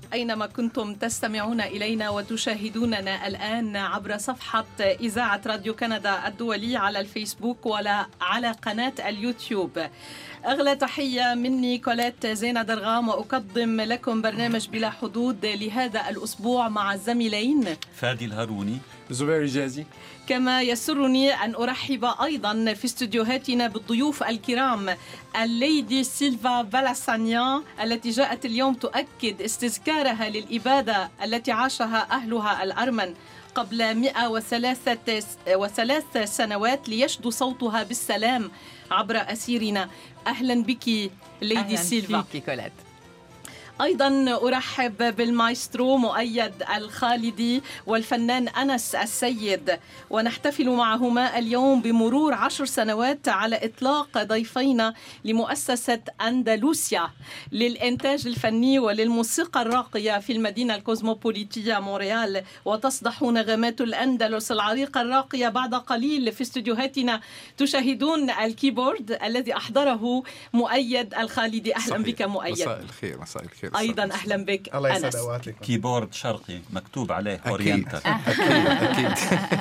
أينما كنتم تستمعون إلينا وتشاهدوننا الآن عبر صفحة إذاعة راديو كندا الدولي على الفيسبوك ولا على قناة اليوتيوب. أغلى تحية مني كوليت زينة درغام، وأقدم لكم برنامج بلا حدود لهذا الأسبوع مع الزميلين فادي الهاروني زبير جازي. كما يسرني أن أرحب أيضا في استديوهاتنا بالضيوف الكرام الليدي سيلفا فالاسانيان التي جاءت اليوم تؤكد استذكارها للإبادة التي عاشها أهلها الأرمن قبل 103 سنوات ليشدو صوتها بالسلام عبر أسيرنا. أهلا بك ليدي سيلفا. أهلا بك كوليت. أيضا أرحب بالمايسترو مؤيد الخالدي والفنان أنس السيد، ونحتفل معهما اليوم بمرور 10 سنوات على إطلاق ضيفينا لمؤسسة أندلوسيا للإنتاج الفني وللموسيقى الراقية في المدينة الكوزموبوليتية مونريال. وتصدح نغمات الأندلس العريقة الراقية. بعد قليل في استديوهاتنا تشاهدون الكيبورد الذي أحضره مؤيد الخالدي. أهلا صحيح. بك مؤيد. مساء الخير. مساء الخير. أيضا أهلا بك الله أنس. يسعد أوقاتكم. كيبورد شرقي مكتوب عليه أورينتال. أكيد.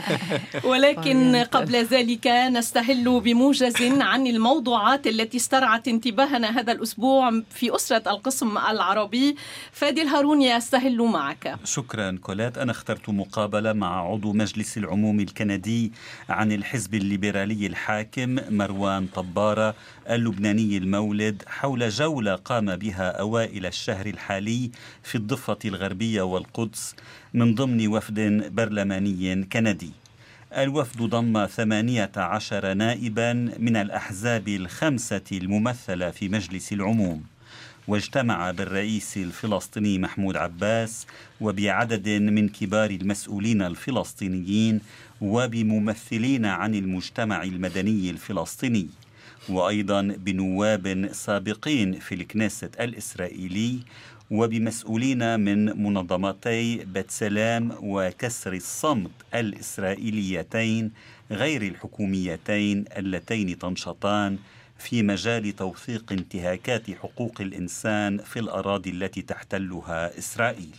ولكن قبل ذلك نستهل بموجز عن الموضوعات التي استرعت انتباهنا هذا الأسبوع في أسرة القسم العربي. فادي الهاروني أستهل معك. شكرا كوليت. أنا اخترت مقابلة مع عضو مجلس العموم الكندي عن الحزب الليبرالي الحاكم مروان طبارة اللبناني المولد حول جولة قام بها أوائل الشهر الحالي في الضفة الغربية والقدس من ضمن وفد برلماني كندي. الوفد ضم 18 نائبا من الأحزاب ال5 الممثلة في مجلس العموم، واجتمع بالرئيس الفلسطيني محمود عباس وبعدد من كبار المسؤولين الفلسطينيين وبممثلين عن المجتمع المدني الفلسطيني، وأيضا بنواب سابقين في الكنيست الإسرائيلي وبمسؤولين من منظمتي بتسلام وكسر الصمت الإسرائيليتين غير الحكوميتين اللتين تنشطان في مجال توثيق انتهاكات حقوق الإنسان في الأراضي التي تحتلها إسرائيل.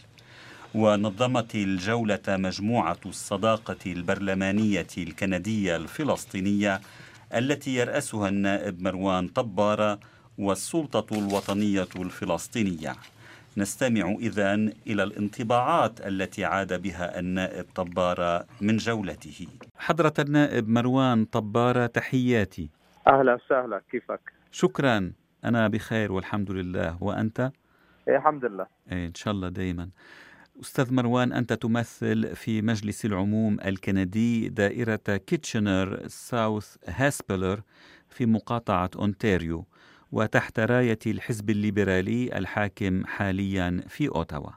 ونظمت الجولة مجموعة الصداقة البرلمانية الكندية الفلسطينية التي يرأسها النائب مروان طبارة والسلطة الوطنية الفلسطينية. نستمع إذن إلى الانطباعات التي عاد بها النائب طبارة من جولته. حضرة النائب مروان طبارة، تحياتي. أهلا وسهلا، كيفك؟ شكرا، أنا بخير والحمد لله، وأنت؟ الحمد لله. إن شاء الله دايما. أستاذ مروان، أنت تمثل في مجلس العموم الكندي دائرة كيتشنر ساوث هاسبلر في مقاطعة أونتاريو، وتحت راية الحزب الليبرالي الحاكم حاليا في أوتاوا.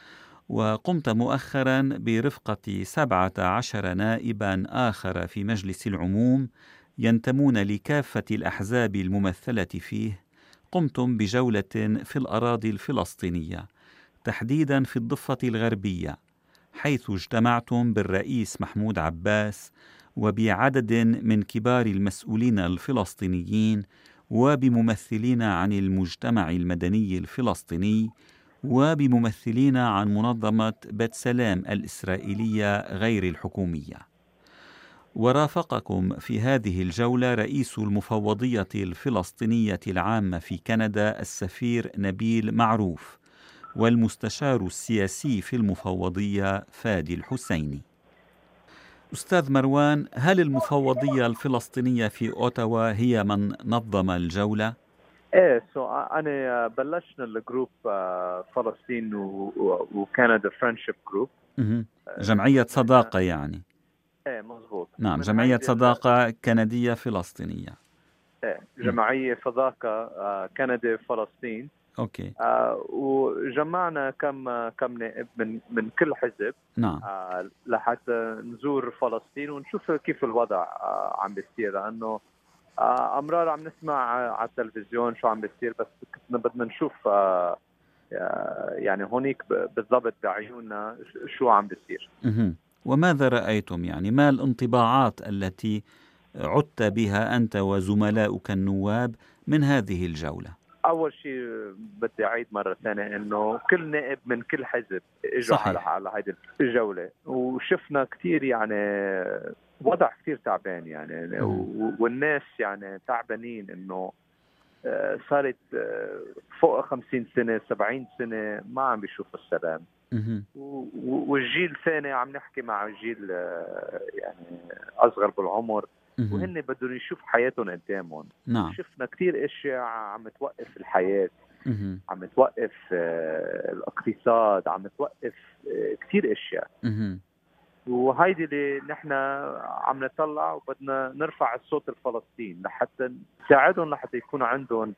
وقمت مؤخرا برفقة 17 نائبا آخر في مجلس العموم ينتمون لكافة الأحزاب الممثلة فيه. قمتم بجولة في الأراضي الفلسطينية، تحديدا في الضفة الغربية، حيث اجتمعتم بالرئيس محمود عباس وبعدد من كبار المسؤولين الفلسطينيين وبممثلين عن المجتمع المدني الفلسطيني وبممثلين عن منظمة بتسلام الإسرائيلية غير الحكومية. ورافقكم في هذه الجولة رئيس المفوضية الفلسطينية العامة في كندا السفير نبيل معروف، والمستشار السياسي في المفوضية فادي الحسيني. أستاذ مروان، هل المفوضية الفلسطينية في أوتاوا هي من نظم الجولة؟ ايه أنا بلشنا الجروب فلسطين وكندا فريندشيب جروب. جمعية صداقة يعني. ايه مظبوط. نعم، جمعية صداقة كندية فلسطينية. ايه جمعية صداقة كندا فلسطين. أوكي. وجمعنا كم نائب من كل حزب. نعم. لحتى نزور فلسطين ونشوف كيف الوضع عم بيصير، لأنه أمرار عم نسمع على التلفزيون شو عم بيصير، بس كنا بدنا نشوف يعني هونيك بالضبط بعيوننا شو عم بيصير. وماذا رأيتم؟ يعني ما الانطباعات التي عدت بها أنت وزملاؤك النواب من هذه الجولة؟ اول شيء بدي اعيد مره ثانيه انه كل نائب من كل حزب اجوا على هيدي الجوله، وشفنا كثير يعني وضع كثير تعبان يعني والناس يعني تعبانين انه صارت فوق 50 سنه 70 سنه ما عم بيشوفوا السلام. والجيل الثاني عم نحكي مع جيل يعني اصغر بالعمر وهن بدهم يشوفوا حياتهم قدامهم. نعم. شفنا كثير اشياء عم توقف الحياه، عم توقف الاقتصاد، عم توقف كثير اشياء. وهيدي اللي نحن عم نطلع وبدنا نرفع الصوت الفلسطيني لحتى نساعدهم لحتى يكون عندهم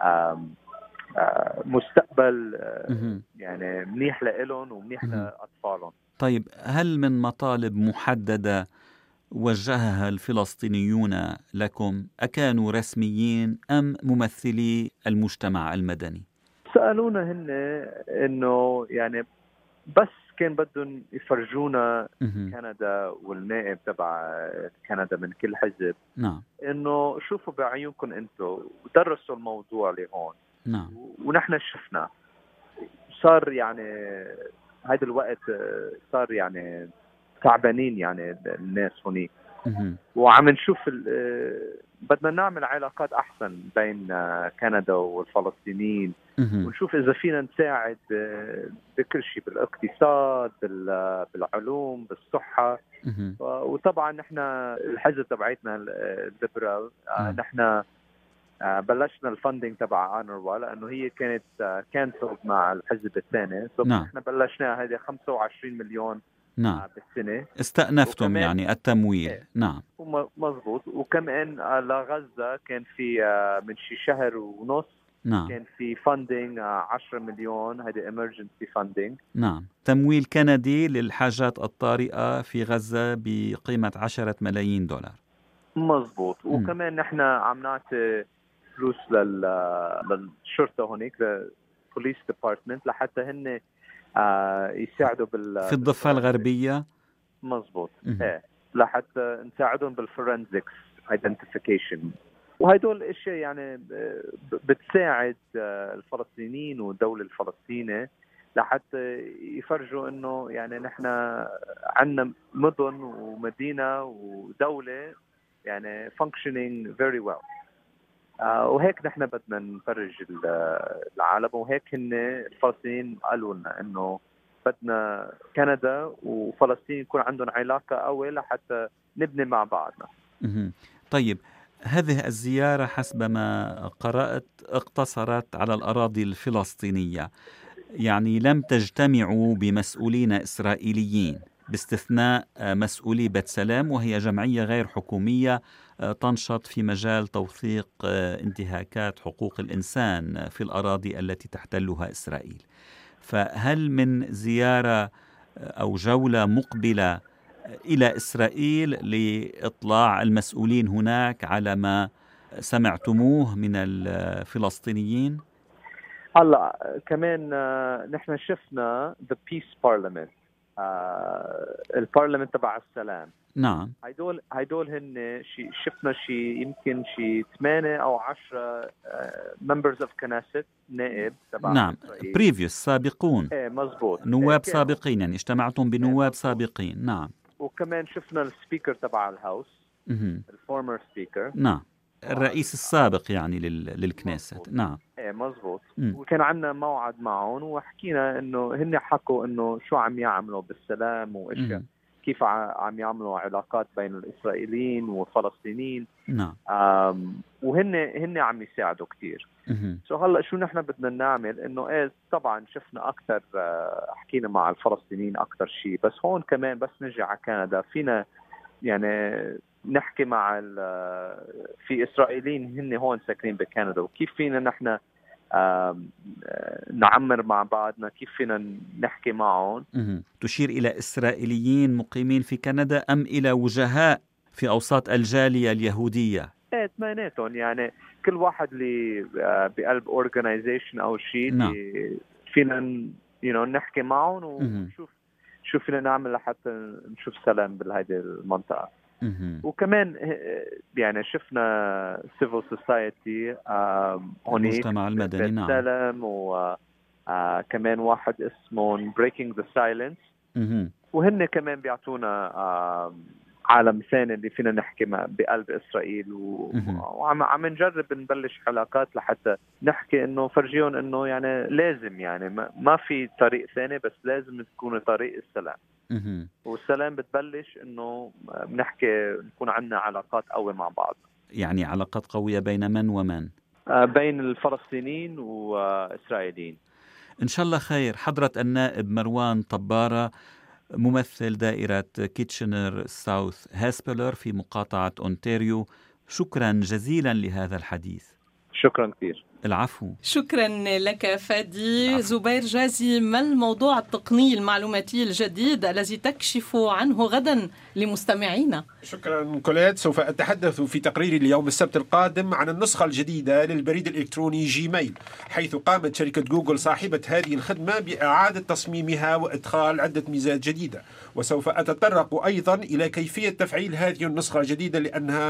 مستقبل يعني منيح لهم ومنيح لأطفالهم. طيب، هل من مطالب محددة وجهها الفلسطينيون لكم أكانوا رسميين أم ممثلي المجتمع المدني؟ سألونا هن إنه يعني بس كان بدهم يفرجونا كندا والنائب تبع كندا من كل حزب. نعم. إنه شوفوا بعيونكم أنتم ودرسوا الموضوع اللي هون. نعم. ونحن شفنا صار يعني هذا الوقت صار يعني تعبانين يعني الناس هونيك، وعم نشوف بدنا نعمل علاقات أحسن بين كندا والفلسطينيين، ونشوف إذا فينا نساعد بكل شيء، بالاقتصاد، بالعلوم، بالصحة. وطبعا نحن الحزب تبعتنا الليبرال نحن بلشنا الفندنج تبع أنروا لأنه هي كانت كانسلد مع الحزب الثاني. نحن بلشنا هذه 25 مليون بالسنة. استأنفتم يعني التمويل. نعم مزبوط. وكمان لغزة كان في من شي شهر ونص كان في فندنج 10 مليون، هذه emergency funding. نعم، تمويل كندي للحاجات الطارئة في غزة بقيمة 10 ملايين دولار. مزبوط. وكمان نحن عم نعطي فلوس للشرطة هونيك، للبوليس ديبارتمنت، لحتى هن يساعدوا في الضفة الغربية. مزبوط. لحتى نساعدهم بالفورنزكس ايدنتيفيكيشن، وهدول الاشياء يعني بتساعد الفلسطينيين والدولة الفلسطينية لحتى يفرجوا انه يعني نحن عندنا مدن ومدينة ودولة يعني functioning very well. وهيك نحن بدنا نفرج العالم، وهيك هن الفلسطينيين قالوا لنا انه بدنا كندا وفلسطين يكون عندهم علاقة قوية لحتى نبني مع بعضنا. طيب، هذه الزيارة حسب ما قرأت اقتصرت على الأراضي الفلسطينية، يعني لم تجتمعوا بمسؤولين إسرائيليين باستثناء مسؤولي بيت سلام، وهي جمعية غير حكومية تنشط في مجال توثيق انتهاكات حقوق الإنسان في الأراضي التي تحتلها إسرائيل. فهل من زيارة أو جولة مقبلة إلى إسرائيل لإطلاع المسؤولين هناك على ما سمعتموه من الفلسطينيين؟ هلا كمان نحن شفنا The Peace Parliament، البرلمان تبع السلام. نعم. هيدول هن شفنا يمكن 8 أو 10 members of Knesset، نائب تبع نعم إسرائيل. previous سابقون. مزبوط. نواب سابقين، يعني اجتمعتم بنواب سابقين. نعم. وكمان شفنا السبيكر تبع الهاوس، الفورمر سبيكر. نعم، الرئيس السابق يعني للكنيست. نعم. مزبوط. وكان عندنا موعد معهم وحكينا انه هن حكوا انه شو عم يعملوا بالسلام واشياء كيف عم يعملوا علاقات بين الاسرائيليين والفلسطينيين. نعم. وهن عم يساعدوا كثير. هلا شو نحن بدنا نعمل انه طبعا شفنا اكثر، حكينا مع الفلسطينيين اكثر شيء، بس هون كمان بس نجي على كندا فينا يعني نحكي مع في إسرائيليين هن هون ساكنين بكندا، وكيف فينا نحن نعمر مع بعضنا، كيف فينا نحكي معهم. تشير إلى إسرائيليين مقيمين في كندا أم إلى وجهاء في أوساط الجالية اليهودية؟ اثنيناتهم، يعني كل واحد اللي بقلب organization أو شيء. نعم. فينا نحكي معهم ونشوف شو فينا نعمل لحتى نشوف سلام بهذه المنطقة. وكمان يعني شفنا civil society هونيك المجتمع المدني. نعم. بالسلم، وكمان واحد اسمه Breaking the Silence، وهن كمان بيعطونا عالم ثاني اللي فينا نحكي بقلب إسرائيل، وعم نجرب نبلش حلقات لحتى نحكي إنه فرجيهم إنه يعني لازم، يعني ما في طريق ثاني، بس لازم تكون طريق السلام. والسلام بتبلش إنه بنحكي نكون عندنا علاقات قوية مع بعض. يعني علاقات قوية بين من ومن؟ بين الفلسطينيين وإسرائيليين. إن شاء الله خير. حضرة النائب مروان طبارة، ممثل دائرة كيتشنر ساوث هاسبلر في مقاطعة أونتاريو، شكرا جزيلا لهذا الحديث. شكرا كثير. العفو. شكرا لك فادي. زبير جازي، ما الموضوع التقني المعلوماتي الجديد الذي تكشف عنه غدا لمستمعينا؟ شكرا كوليت. سوف أتحدث في تقريري اليوم السبت القادم عن النسخة الجديدة للبريد الإلكتروني جيميل، حيث قامت شركة جوجل صاحبة هذه الخدمة بإعادة تصميمها وإدخال عدة ميزات جديدة، وسوف أتطرق أيضا إلى كيفية تفعيل هذه النسخة الجديدة لأنها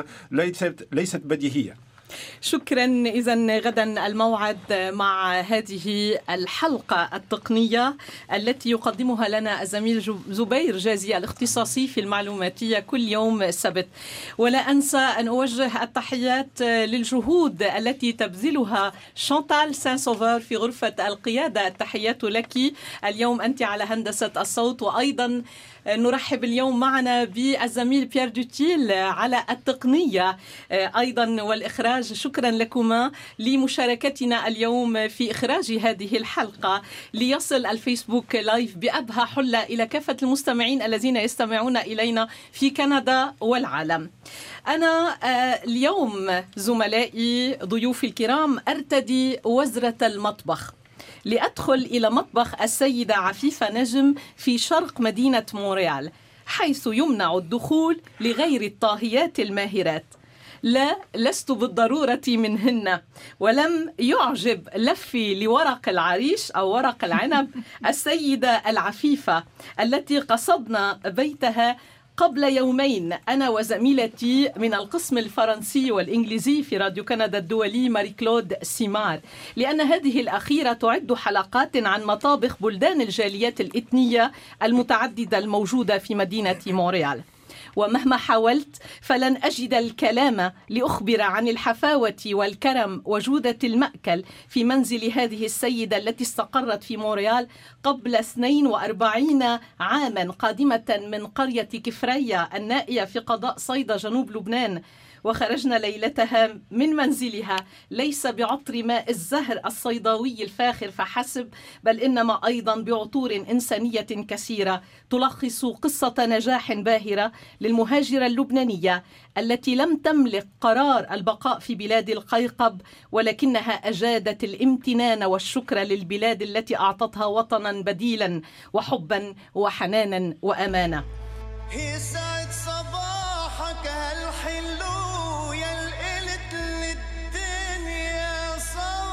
ليست بديهية. شكرا. إذن غدا الموعد مع هذه الحلقة التقنية التي يقدمها لنا الزميل زبير جازي الاختصاصي في المعلوماتية كل يوم سبت. ولا أنسى أن أوجه التحيات للجهود التي تبذلها شانتال سان سوفر في غرفة القيادة. التحيات لك اليوم أنت على هندسة الصوت، وأيضا نرحب اليوم معنا بالزميل بيير دوتيل على التقنية أيضا والإخراج. شكرا لكما لمشاركتنا اليوم في إخراج هذه الحلقة، ليصل الفيسبوك لايف بأبهى حلة إلى كافة المستمعين الذين يستمعون إلينا في كندا والعالم. أنا اليوم زملائي ضيوفي الكرام أرتدي وزرة المطبخ لأدخل إلى مطبخ السيدة عفيفة نجم في شرق مدينة مونريال، حيث يمنع الدخول لغير الطاهيات الماهرات. لا، لست بالضرورة منهن، ولم يعجب لفي لورق العريش أو ورق العنب السيدة العفيفة التي قصدنا بيتها قبل يومين أنا وزميلتي من القسم الفرنسي والإنجليزي في راديو كندا الدولي ماري كلود سيمار، لأن هذه الأخيرة تعد حلقات عن مطابخ بلدان الجاليات الإثنية المتعددة الموجودة في مدينة مونريال. ومهما حاولت فلن أجد الكلام لأخبر عن الحفاوة والكرم وجودة المأكل في منزل هذه السيدة التي استقرت في مونريال قبل 42 عاما، قادمة من قرية كفرية النائية في قضاء صيدا جنوب لبنان. وخرجنا ليلتها من منزلها ليس بعطر ماء الزهر الصيداوي الفاخر فحسب، بل إنما أيضا بعطور إنسانية كثيرة تلخص قصة نجاح باهرة للمهاجرة اللبنانية التي لم تملك قرار البقاء في بلاد القيقب، ولكنها أجادت الامتنان والشكر للبلاد التي أعطتها وطنا بديلا وحبا وحنانا وأمانة. يسعد صباحك هالحلو يلقلت للدنيا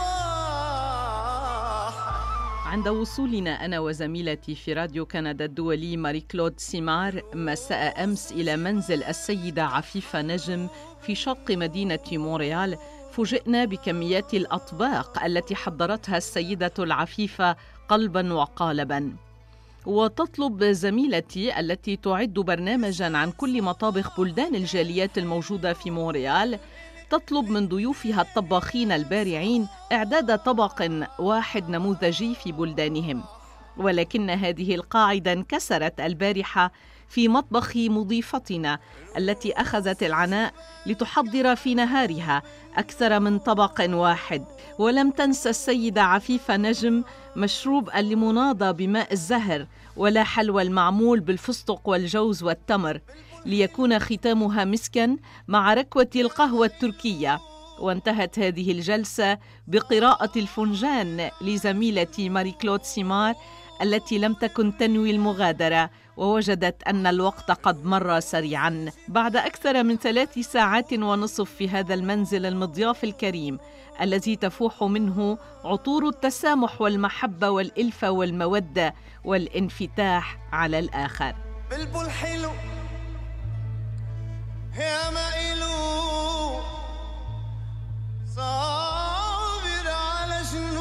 صباح. عند وصولنا أنا وزميلتي في راديو كندا الدولي ماري كلود سيمار مساء أمس إلى منزل السيدة عفيفة نجم في شرق مدينة مونريال، فوجئنا بكميات الأطباق التي حضرتها السيدة العفيفة قلبا وقالبا. وتطلب زميلتي التي تعد برنامجا عن كل مطابخ بلدان الجاليات الموجودة في مونريال، تطلب من ضيوفها الطباخين البارعين إعداد طبق واحد نموذجي في بلدانهم. ولكن هذه القاعدة انكسرت البارحة في مطبخ مضيفتنا التي أخذت العناء لتحضر في نهارها أكثر من طبق واحد. ولم تنسى السيدة عفيفة نجم مشروب الليموناضة بماء الزهر، ولا حلوى المعمول بالفستق والجوز والتمر، ليكون ختامها مسكا مع ركوة القهوة التركية. وانتهت هذه الجلسة بقراءة الفنجان لزميلتي ماري كلود سيمار التي لم تكن تنوي المغادرة، ووجدت أن الوقت قد مر سريعا. بعد أكثر من 3 ساعات ونصف في هذا المنزل المضياف الكريم الذي تفوح منه عطور التسامح والمحبة والإلفة والمودة والانفتاح على الآخر. بلبل حلو يا مقلوب صابر على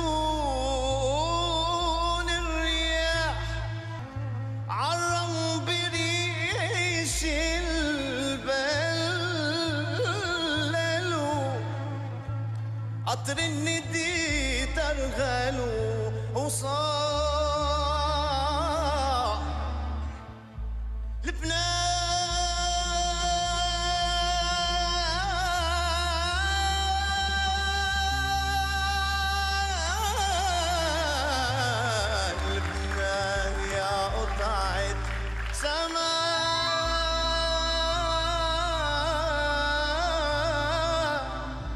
جنون الرياح عرم بريش البللو قطر الندي ترغلو وصاع لبنان يا قطعة سماء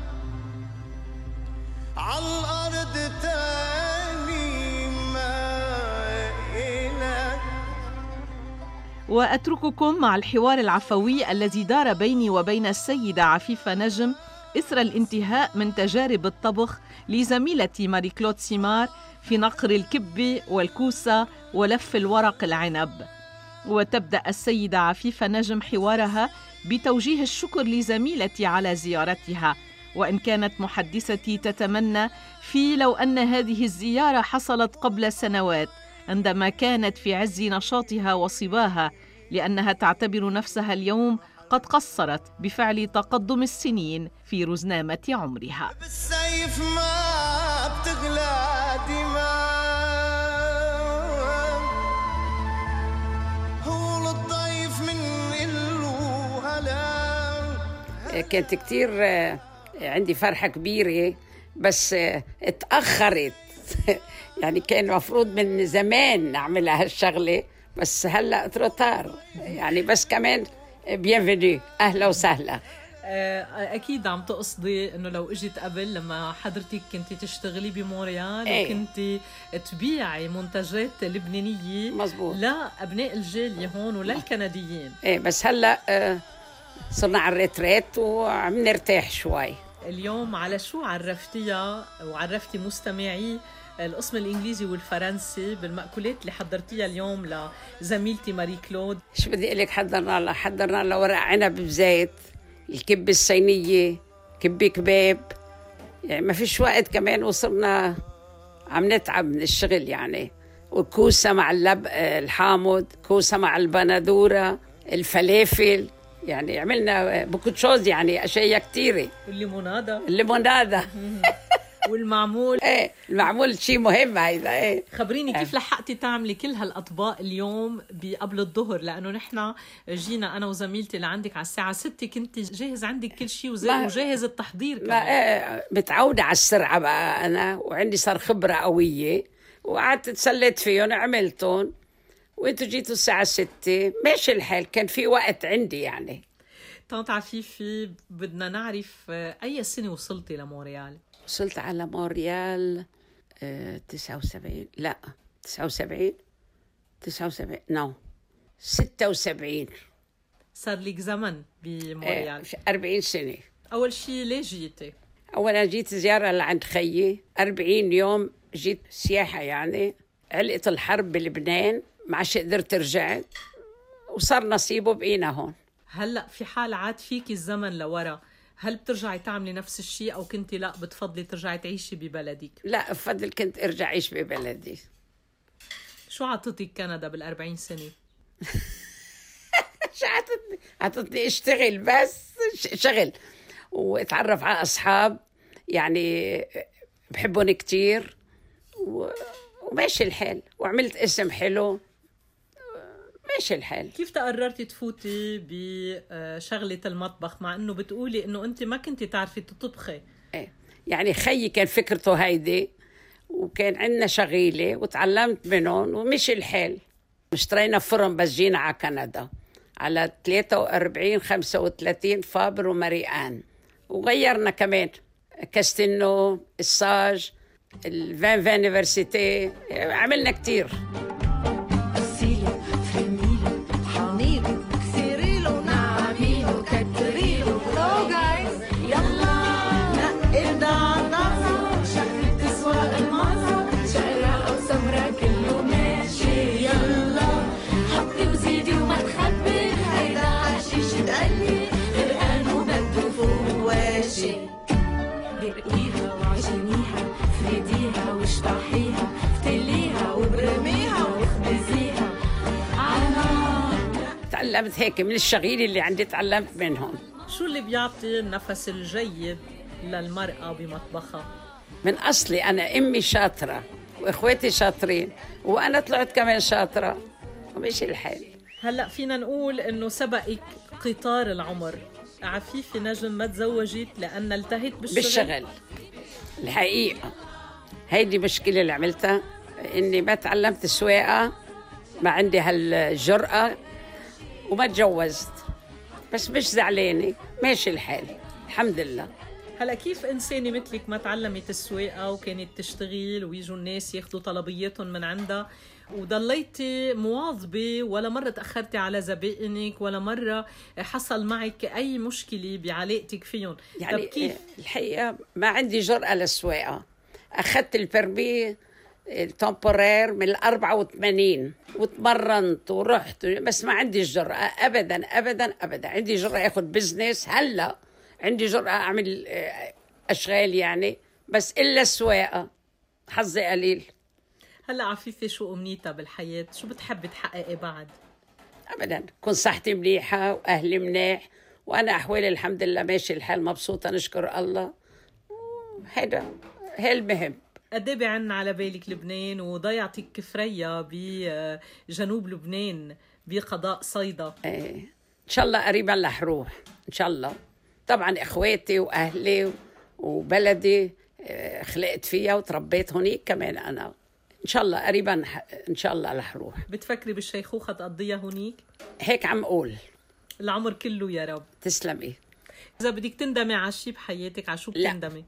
عالأرض تاني ما إلك. وأترككم مع الحوار العفوي الذي دار بيني وبين السيدة عفيفة نجم إثر الانتهاء من تجارب الطبخ لزميلتي ماري كلود سيمار في نقر الكبة والكوسة ولف الورق العنب. وتبدأ السيدة عفيفة نجم حوارها بتوجيه الشكر لزميلتي على زيارتها، وإن كانت محدثتي تتمنى لو أن هذه الزيارة حصلت قبل سنوات عندما كانت في عز نشاطها وصباها، لأنها تعتبر نفسها اليوم قد قصرت بفعل تقدم السنين في رزنامة عمرها. بالسيف ما بتغلى دماء هو للضيف من إله هلا. كانت كتير عندي فرحة كبيرة بس اتأخرت يعني كان المفروض من زمان نعملها هالشغلة بس هلأ تروتار يعني. بس كمان بيانفيني، أهلا وسهلا. أكيد عم تقصدي إنه لو إجيت قبل لما حضرتك كنتي تشتغلي بمونريال وكنتي تبيعي منتجات لبنانية مزبوط لأبناء الجالية هون وللكنديين. بس هلأ صرنا على الريتريت وعم نرتاح شوي. اليوم على شو عرفتيها وعرفتي مستمعي القسم الإنجليزي والفرنسي بالمأكولات اللي حضرتيها اليوم لزميلتي ماري كلود؟ شو بدي أقولك، حضرنا لها ورق عنب بزيت، الكبة الصينية، كبة كباب، يعني ما فيش وقت كمان وصرنا عم نتعب من الشغل يعني. وكوسة مع الحامض، كوسة مع البندورة، الفلافل، يعني عملنا بوكوت شوز يعني أشياء كتيرة. الليمونادة والمعمول المعمول شيء مهم هيدا. خبريني كيف لحقتي تعملي كل هالأطباق اليوم قبل الظهر؟ لأنه نحن جينا أنا وزميلتي لعندك على الساعة 6 كنت جاهز عندك كل شيء وجاهز التحضير كمان. متعودة على السرعة بقى أنا، وعندي صار خبرة قوية وقعدت تسلت فيهم عملتهم وانتوا جيتوا الساعة 6 ماشي الحال، كان في وقت عندي يعني. طنط عفيفي بدنا نعرف أي سنة وصلتي لمونريال؟ وصلت على مونريال 79 لا 79 76. صار لك زمن بمونريال. 40 سنة. أول شيء ليه جيتي؟ أولا جيت زيارة لعند خيي 40 يوم، جيت سياحة يعني. علقت الحرب بلبنان ما عادش قدرت رجعت وصار نصيبه بقينا هون. هلأ في حال عاد فيكي الزمن لورا، هل بترجعي تعملي نفس الشيء أو كنتي لا بتفضلي ترجعي تعيشي ببلدك؟ لا بفضل كنت ارجع اعيش ببلدي. شو عطتك كندا بال40 سنة؟ شو عطتني اشتغل، بس شغل واتعرف على أصحاب يعني بحبهم كتير وماشي الحال، وعملت اسم حلو ماشي الحال. كيف تقررتي تفوتي بشغلة المطبخ مع انه بتقولي انه انت ما كنتي تعرفي تطبخي؟ يعني خيي كان فكرته هيدي وكان عندنا شغيلة وتعلمت منهم ومشي الحال. اشترينا فرن بس جينا على كندا على 43 35 فابر وماريان، وغيرنا كمان كاستينو، الساج، الفان فانيفرسيتي، عملنا كتير. دقيها وعجنيها فريديها واشطحيها فتليها وبرميها واخبزيها على نار. تعلمت هيك من الشغيل اللي عندي، تعلمت منهم. شو اللي بيعطي النفس الجيد للمرأة بمطبخها؟ من أصلي أنا أمي شاطرة وإخواتي شاطرين وأنا طلعت كمان شاطرة ومشي الحال. هلأ فينا نقول إنه سبقك قطار العمر. عفيفة نجم ما تزوجت لأن التهت بالشغل. الحقيقة هيدي مشكلة اللي عملتها، إني ما تعلمت السواقة، ما عندي هالجرأة وما تجوزت، بس مش زعلانة، ماشي الحال الحمد لله. هلا كيف إنسانة مثلك ما تعلمت السواقة وكانت تشتغل ويجوا الناس ياخدوا طلبياتهم من عندها وضليتي مواظبة ولا مرة تأخرتي على زبائنك ولا مرة حصل معك أي مشكلة بعلاقتك فيهم؟ يعني طب كيف؟ الحقيقة ما عندي جرأة للسواقة. أخذت البرمي التمبورير من 84 وتمرنت ورحت، بس ما عندي الجرأة أبدا أبدا أبدا. عندي جرأة أخذ بزنس، هلا عندي جرأة أعمل أشغال يعني، بس إلا السواقة حظي قليل. هلا عفيفة شو أمنيتها بالحياة؟ شو بتحبي تحققي بعد؟ أبدا كون صحتي مليحة وأهلي منيح وأنا أحوالي الحمد لله ماشي الحال، مبسوطة نشكر الله. هذا هي المهم. قد ايه بعن على بالك لبنان وضيعتك كفرية بجنوب لبنان بقضاء صيدا؟ إيه إن شاء الله قريبا رح روح إن شاء الله. طبعا إخواتي وأهلي وبلدي خلقت فيها وتربيت هونيك كمان أنا. إن شاء الله قريبا إن شاء الله رح روح. بتفكري بالشيخوخة تقضيها هونيك؟ هيك عم أقول. العمر كله يا رب. تسلمي. إذا بدك تندمي على شيء بحياتك على شو بتندمي؟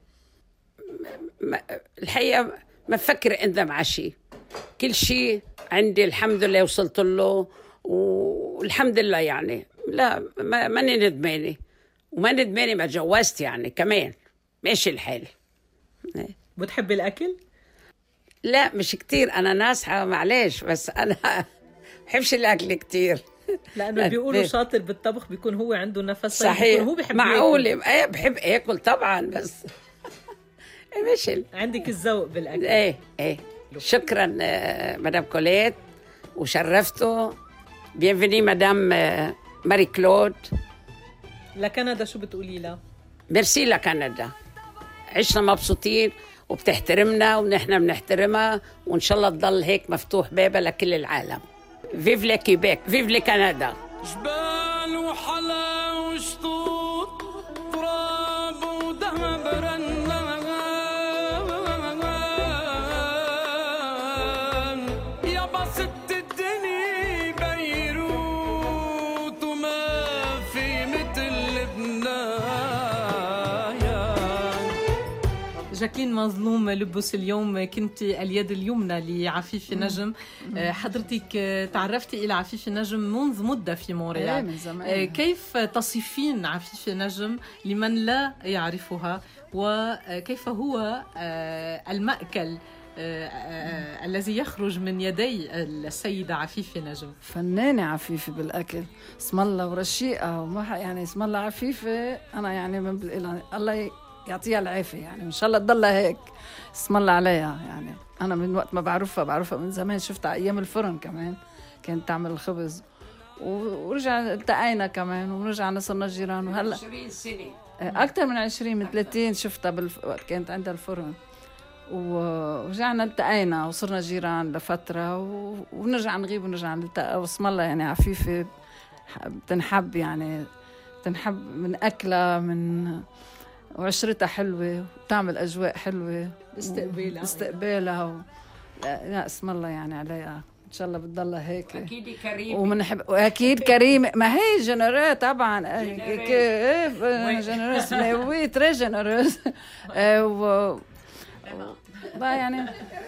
الحقيقة ما بفكر أندم على شيء. كل شيء عندي الحمد لله وصلت له والحمد لله يعني. لا ماني ندمانة وما ندمانة ما تجوزت يعني كمان ماشي الحال. بتحبي الأكل؟ لا مش كتير، أنا ناصحة معلش، بس أنا بحبش الأكل كتير لأنه بيقولوا شاطر بالطبخ بيكون هو عنده نفس صحيح. هو بيحب معقولة ايه بحب اكل طبعا، بس مش عندك الذوق بالاكل. ايه شكرا مدام كوليت وشرفتوا. بينفيني مدام ماري كلود. لكندا شو بتقولي لها؟ ميرسي لكندا، عشنا مبسوطين وبتحترمنا ونحن بنحترمها وإن شاء الله تضل هيك مفتوح بابها لكل العالم. فيف لي كيبيك، فيف لي كندا. جبال وحلا وشطوط تراب ودهب رنان يا بسط الدنيا بيروت وما في مثل لبنان. جاكلين مظلوم لبس اليوم كنت اليد اليمنى لعفيفة نجم. حضرتك تعرفتي إلى عفيفة نجم منذ مدة في مونريال. من زمان. كيف تصفين عفيفة نجم لمن لا يعرفها وكيف هو المأكل الذي يخرج من يدي السيدة عفيفة نجم؟ فنانة عفيفة بالأكل، اسم الله ورشيقة وما يعني اسم الله عفيفة. أنا يعني من الله يعطيها العافية يعني إن شاء الله تضلها هيك، اسم الله عليها. يعني أنا من وقت ما بعرفها من زمان، شفتها أيام الفرن كمان كانت تعمل الخبز ورجع التقينا كمان ورجعنا صرنا جيران. وهلا 20 سنة أكثر من 20 من 30 شفتها وقت كانت عندها الفرن ورجعنا التقينا وصرنا جيران لفترة ونرجع نغيب ونرجع نلتقى. واسم الله يعني عفيفة بتنحب يعني بتنحب من أكلها من وعشرتها حلوة وبتعمل أجواء حلوة استقبالها لا اسم الله يعني عليها إن شاء الله بتضلها هيك. أكيد كريمة ومنحب وأكيد كريمة. ما هي جنرال طبعا جنرال وي تري جنرال يعني.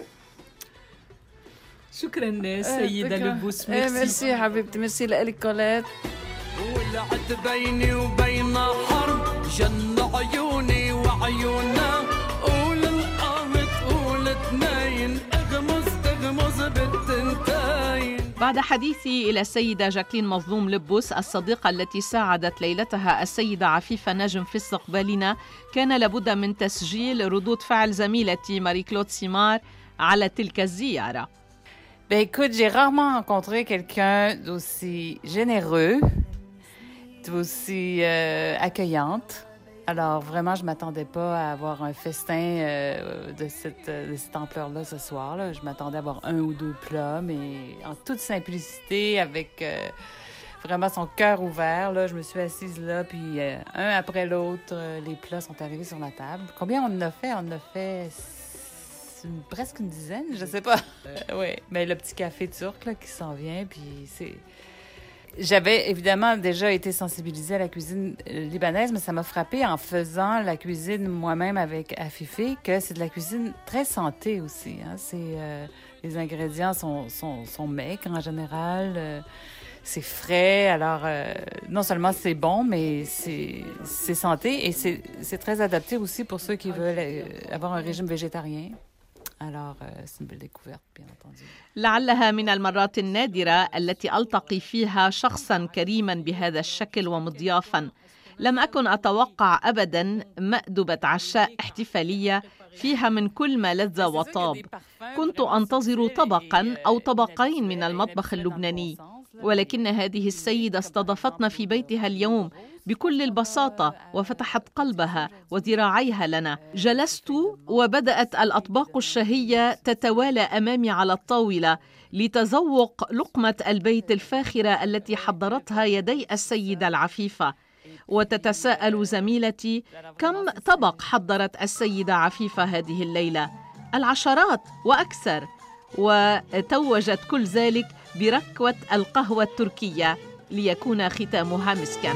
شكرا سيدة لبوس. ميرسي حبيبتي، ميرسي لك كوليت. ولعت بيني وبين حرب جن عيوني وعيونها. قول القامت قول اثنين اغمز بالتنتين. بعد حديثي إلى السيدة جاكلين مظلوم لبوس الصديقة التي ساعدت ليلتها السيدة عفيفة نجم في استقبالنا، كان لابد من تسجيل ردود فعل زميلتي ماري كلود سيمار على تلك الزيارة. Écoute, j'ai rarement rencontré quelqu'un d'aussi généreux, d'aussi accueillante. Alors vraiment, je ne m'attendais pas à avoir un festin de cette ampleur-là ce soir-là. Je m'attendais à avoir 1 ou 2 plats, mais en toute simplicité, avec vraiment son cœur ouvert. Là, je me suis assise là, puis un après l'autre, les plats sont arrivés sur la table. Combien on en a fait? On en a fait presque une dizaine, je ne sais pas. Oui, mais le petit café turc là, qui s'en vient, puis c'est... J'avais évidemment déjà été sensibilisée à la cuisine libanaise, mais ça m'a frappée en faisant la cuisine moi-même avec Afifé, que c'est de la cuisine très santé aussi. Hein. Les ingrédients sont maigres en général, c'est frais. Alors, non seulement c'est bon, mais c'est santé et c'est très adapté aussi pour ceux qui veulent avoir un régime végétarien. Alors, c'est une belle découverte, bien entendu. لعلها من المرات النادرة التي ألتقي فيها شخصاً كريماً بهذا الشكل ومضيافاً. لم أكن أتوقع أبداً مأدبة عشاء احتفالية فيها من كل ما لذ وطاب. كنت أنتظر طبقاً أو طبقين من المطبخ اللبناني، ولكن هذه السيدة استضافتنا في بيتها اليوم بكل البساطة وفتحت قلبها وذراعيها لنا. جلست وبدأت الأطباق الشهية تتوالى أمامي على الطاولة لتذوق لقمة البيت الفاخرة التي حضرتها يدي السيدة العفيفة. وتتساءل زميلتي كم طبق حضرت السيدة عفيفة هذه الليلة؟ العشرات وأكثر. وتوجت كل ذلك بركوة القهوة التركية ليكون ختامها مسكا.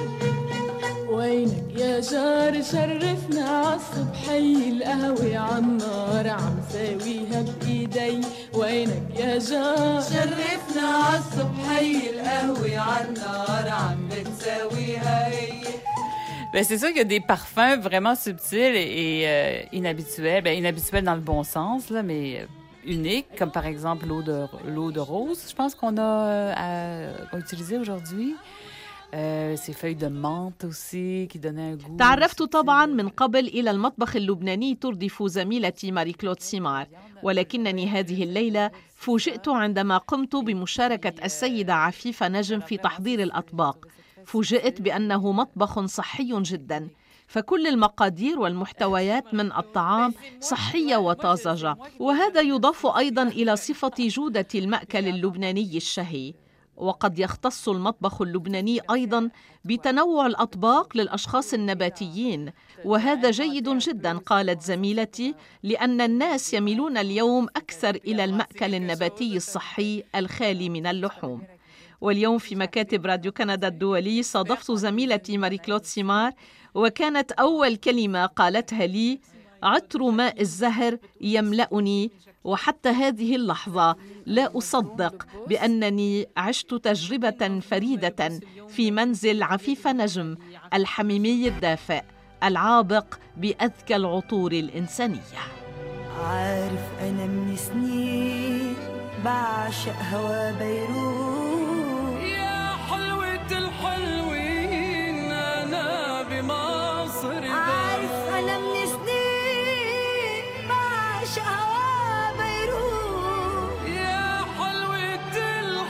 وينك يا جار شرفنا عالصبحي القهوة عالنار عم ساويها بإيدي. وينك يا جار شرفنا عالصبحي القهوة عالنار عم بتساويها هي. Ben, c'est sûr qu'il y a des parfums vraiment subtils et inhabituels. Ben, inhabituels dans le bon sens, là, mais uniques, comme par exemple l'eau de rose, je pense qu'on a utilisé aujourd'hui. Ces feuilles de menthe aussi qui donnaient un goût. تعرفت طبعا من قبل إلى المطبخ اللبناني تردف زميلتي ماري كلود سيمار، ولكنني هذه الليلة فوجئت عندما قمت بمشاركة السيدة عفيفة نجم في تحضير الأطباق. فوجئت بأنه مطبخ صحي جدا، فكل المقادير والمحتويات من الطعام صحية وطازجة، وهذا يضاف أيضا إلى صفة جودة المأكل اللبناني الشهي. وقد يختص المطبخ اللبناني أيضا بتنوع الأطباق للأشخاص النباتيين، وهذا جيد جدا قالت زميلتي، لأن الناس يميلون اليوم أكثر إلى المأكل النباتي الصحي الخالي من اللحوم. واليوم في مكاتب راديو كندا الدولي صادفت زميلتي ماري كلود سيمار، وكانت أول كلمة قالتها لي: عطر ماء الزهر يملأني، وحتى هذه اللحظة لا أصدق بأنني عشت تجربة فريدة في منزل عفيفة نجم الحميمي الدافئ العابق بأذكى العطور الإنسانية. عارف أنا من سنين بعشق هوا بيروت، يا حلوة الحلوين أنا بمصر. عارف أنا من سنين بعشق هوا بيروت، يا حلوة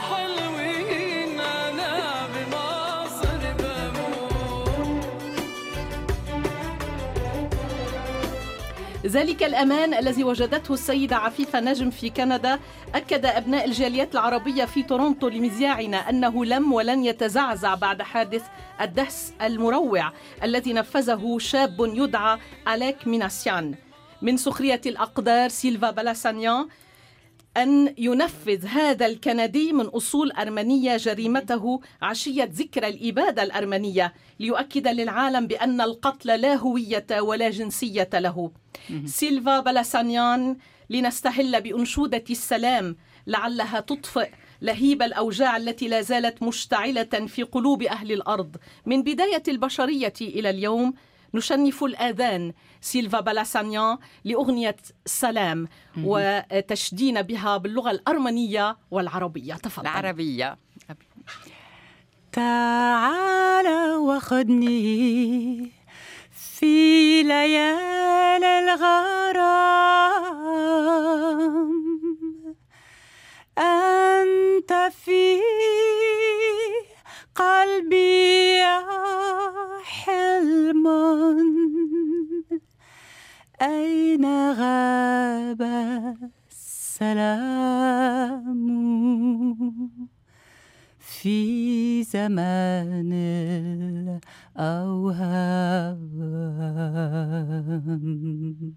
الحلوين أنا بمصر بموت. ذلك الأمان الذي وجدته السيدة عفيفة نجم في كندا أكد أبناء الجاليات العربية في تورونتو لمذياعنا أنه لم ولن يتزعزع بعد حادث الدهس المروع الذي نفذه شاب يدعى أليك ميناسيان. من سخرية الأقدار سيلفا بلاسانيان أن ينفذ هذا الكندي من أصول أرمنية جريمته عشية ذكرى الإبادة الأرمنية، ليؤكد للعالم بأن القتل لا هوية ولا جنسية له. سيلفا بلاسانيان لنستهل بأنشودة السلام لعلها تطفئ لهيب الأوجاع التي لا زالت مشتعلة في قلوب أهل الأرض. من بداية البشرية إلى اليوم نشنف الآذان سيلفا بلاسانيان لأغنية سلام وتشدين بها باللغة الأرمنية والعربية. تفضل. العربية. تعال وخذني في ليالي الغرام، أنت في قلبي يا حلم، أين غاب السلام في زمان الأوهام.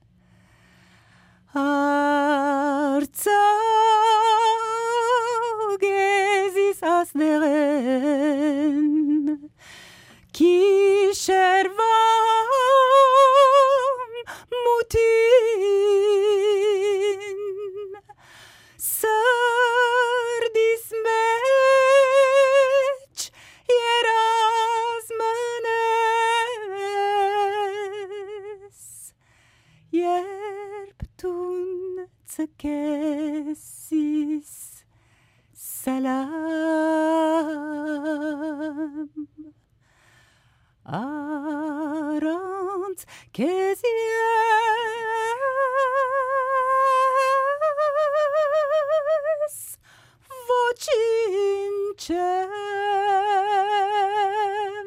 Artsagezis asderen ki şervan mutin sardis meç yerazmanes yerbtun تكسيس سلام أرانت كزيس فوتشينشم.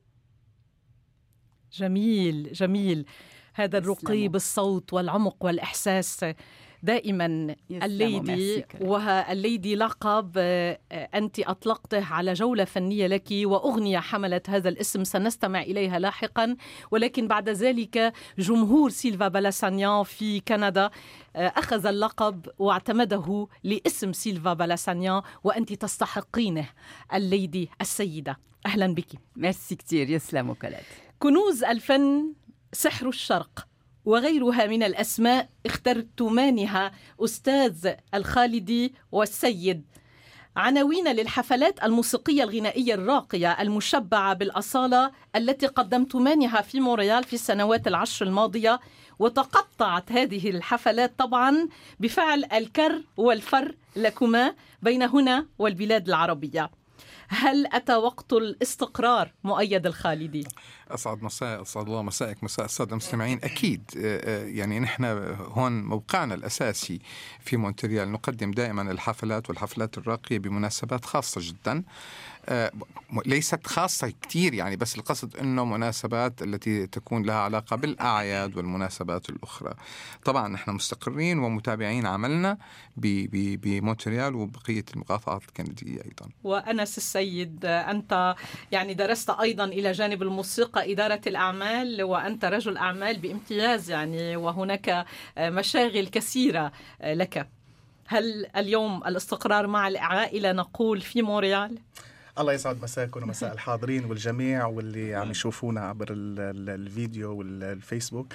جميل جميل هذا الرقي بالصوت والعمق والإحساس. دائما الليدي، والليدي لقب أنت أطلقته على جولة فنية لك وأغنية حملت هذا الاسم سنستمع إليها لاحقا. ولكن بعد ذلك جمهور سيلفا بلاسانيان في كندا أخذ اللقب واعتمده لاسم سيلفا بلاسانيان، وأنت تستحقينه الليدي السيدة. أهلا بك. ميرسي كتير. يسلموا كلاد. كنوز الفن، سحر الشرق وغيرها من الأسماء اخترتمانها أستاذ الخالدي والسيد، عناوين للحفلات الموسيقية الغنائية الراقية المشبعة بالأصالة التي قدمتمانها في مونريال في السنوات العشر الماضية. وتقطعت هذه الحفلات طبعا بفعل الكر والفر لكما بين هنا والبلاد العربية. هل أتى وقت الاستقرار مؤيد الخالدي؟ أسعد مساء، أسعد الله مساءك، مساء السادة المستمعين. أكيد يعني نحن هون موقعنا الأساسي في مونتريال نقدم دائما الحفلات والحفلات الراقية بمناسبات خاصة جدا، ليست خاصة كتير يعني، بس القصد أنه مناسبات التي تكون لها علاقة بالأعياد والمناسبات الأخرى. طبعا نحن مستقرين ومتابعين عملنا بمونتريال وبقية المقاطعات الكندية أيضا. وأنس السيد، أنت يعني درست أيضا إلى جانب الموسيقى إدارة الأعمال، وأنت رجل أعمال بامتياز يعني، وهناك مشاغل كثيرة لك. هل اليوم الاستقرار مع العائلة نقول في مونريال؟ الله يسعد مساكم ومساء الحاضرين والجميع واللي عم يشوفونا عبر الفيديو والفيسبوك.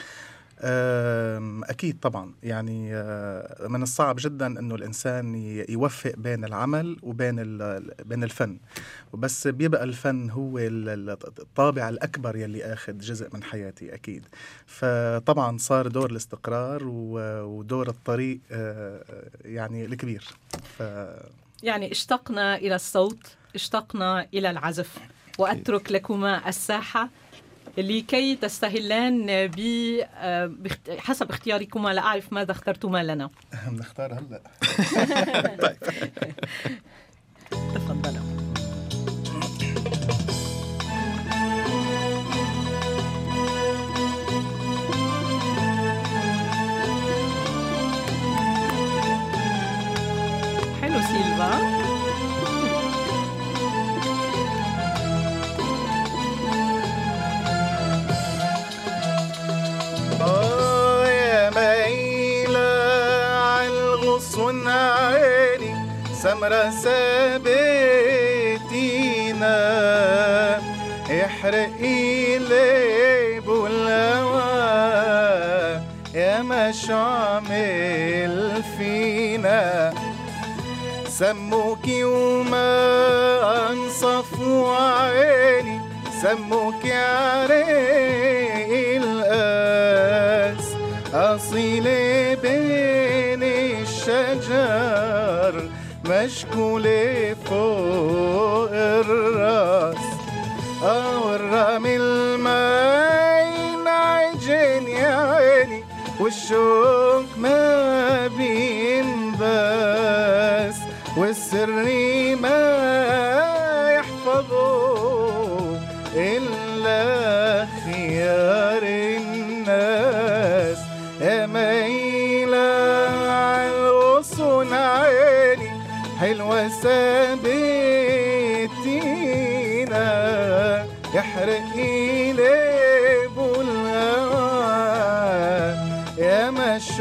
أكيد طبعا يعني من الصعب جدا أنه الإنسان يوفق بين العمل وبين الفن، وبس بيبقى الفن هو الطابع الأكبر يلي أخذ جزء من حياتي أكيد. فطبعا صار دور الاستقرار ودور الطريق يعني الكبير. يعني اشتقنا إلى الصوت، اشتقنا إلى العزف، وأترك لكما الساحة لكي تستهلان حسب اختياركما. لا أعرف ماذا اخترتما لنا. نختار هلأ. طيب تفضلوا. حلو سيلفا. سمرة سابتينا احرقي لي بالهوى يا مش عامل فينا سموكي وما انصفوا عيني سموك يا ريق القاس أصيلة بين الشجر مشكولة فوق الراس والرمل ما ينعجن يا عيني والشوق ما بينباس والسر ما يحفظه إلا خيار الناس يا ميلة عالغصن عيني حلوة ثابتينا يحرق إلي بالهوى يا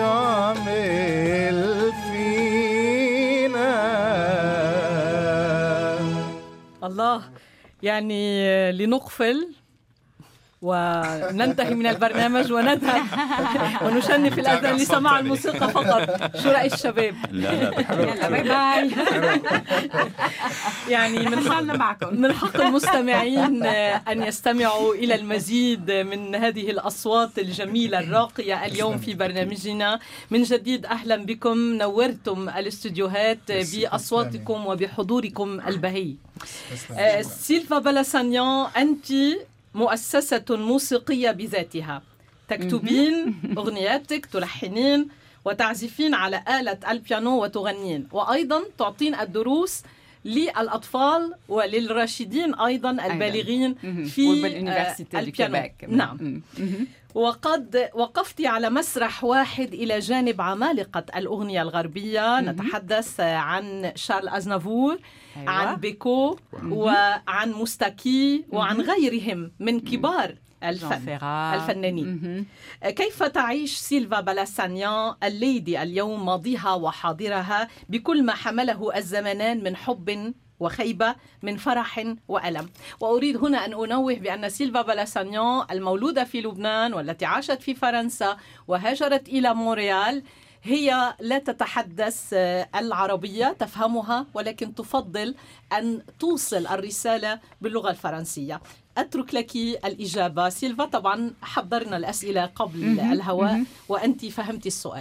مشعمل فينا. الله، يعني لنقفل وننتهي من البرنامج ونذهب ونشنف الأذان لسماع الموسيقى فقط. شو رأي الشباب؟ يلا باي باي. يعني من حق المستمعين أن يستمعوا إلى المزيد من هذه الأصوات الجميلة الراقية اليوم في برنامجنا. من جديد أهلا بكم، نورتم الاستوديوهات بأصواتكم وبحضوركم البهي. سيلفا بلاسانيان، أنت مؤسسة موسيقية بذاتها، تكتبين أغنياتك، تلحنين وتعزفين على آلة البيانو وتغنين، وأيضا تعطين الدروس للأطفال وللراشدين أيضا البالغين في البيانو. نعم. وقد وقفت على مسرح واحد إلى جانب عمالقة الأغنية الغربية. نتحدث عن شارل أزنافور، عن بيكو، وعن مستكي، وعن غيرهم من كبار الفنانين. كيف تعيش سيلفا بلاسانيان الليدي اليوم ماضيها وحاضرها بكل ما حمله الزمنان من حب وخيبة، من فرح وألم؟ وأريد هنا أن أنوه بأن سيلفا بلاسانيان المولودة في لبنان والتي عاشت في فرنسا وهاجرت إلى مونريال هي لا تتحدث العربية، تفهمها، ولكن تفضل أن توصل الرسالة باللغة الفرنسية. أترك لك الإجابة سيلفا. طبعا حضرنا الأسئلة قبل الهواء وأنت فهمت السؤال.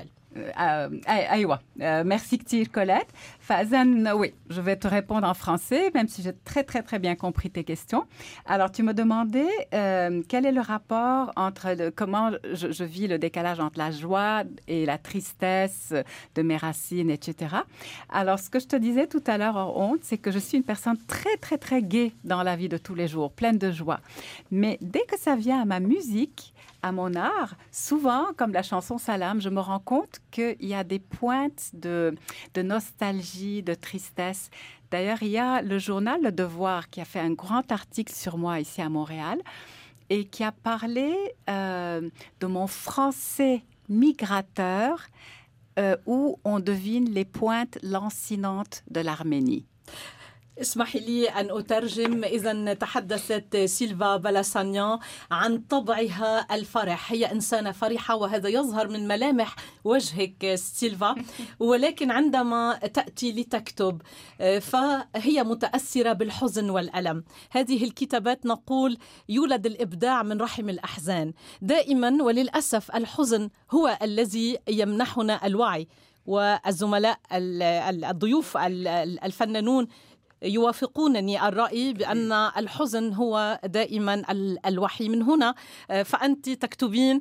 Aïwa. Merci كتير Colette. Fazan, oui, je vais te répondre en français, même si j'ai très très bien compris tes questions. Alors, tu me demandais quel est le rapport entre comment je vis le décalage entre la joie et la tristesse de mes racines, etc. Alors, ce que je te disais tout à l'heure hors honte, c'est que je suis une personne très gaie dans la vie de tous les jours, pleine de joie. Mais dès que ça vient à ma musique, à mon art, souvent, comme la chanson Salam, je me rends compte qu'il y a des pointes de nostalgie, de tristesse. D'ailleurs, il y a le journal Le Devoir qui a fait un grand article sur moi ici à Montréal et qui a parlé de mon français migrateur où on devine les pointes lancinantes de l'Arménie. اسمحي لي أن أترجم. إذن تحدثت سيلفا بلاسانيان عن طبعها الفرح، هي إنسانة فرحة وهذا يظهر من ملامح وجهك سيلفا، ولكن عندما تأتي لتكتب فهي متأثرة بالحزن والألم. هذه الكتابات نقول يولد الإبداع من رحم الأحزان دائما، وللأسف الحزن هو الذي يمنحنا الوعي. والزملاء الضيوف الفنانون يوافقونني الرأي بأن الحزن هو دائما الوحي. من هنا فأنت تكتبين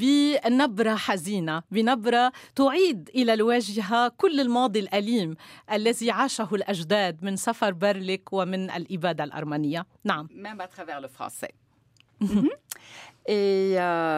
بنبرة حزينة، بنبرة تعيد إلى الواجهة كل الماضي الأليم الذي عاشه الأجداد من سفر برلك ومن الإبادة الأرمنية. نعم. Même à travers le français. Et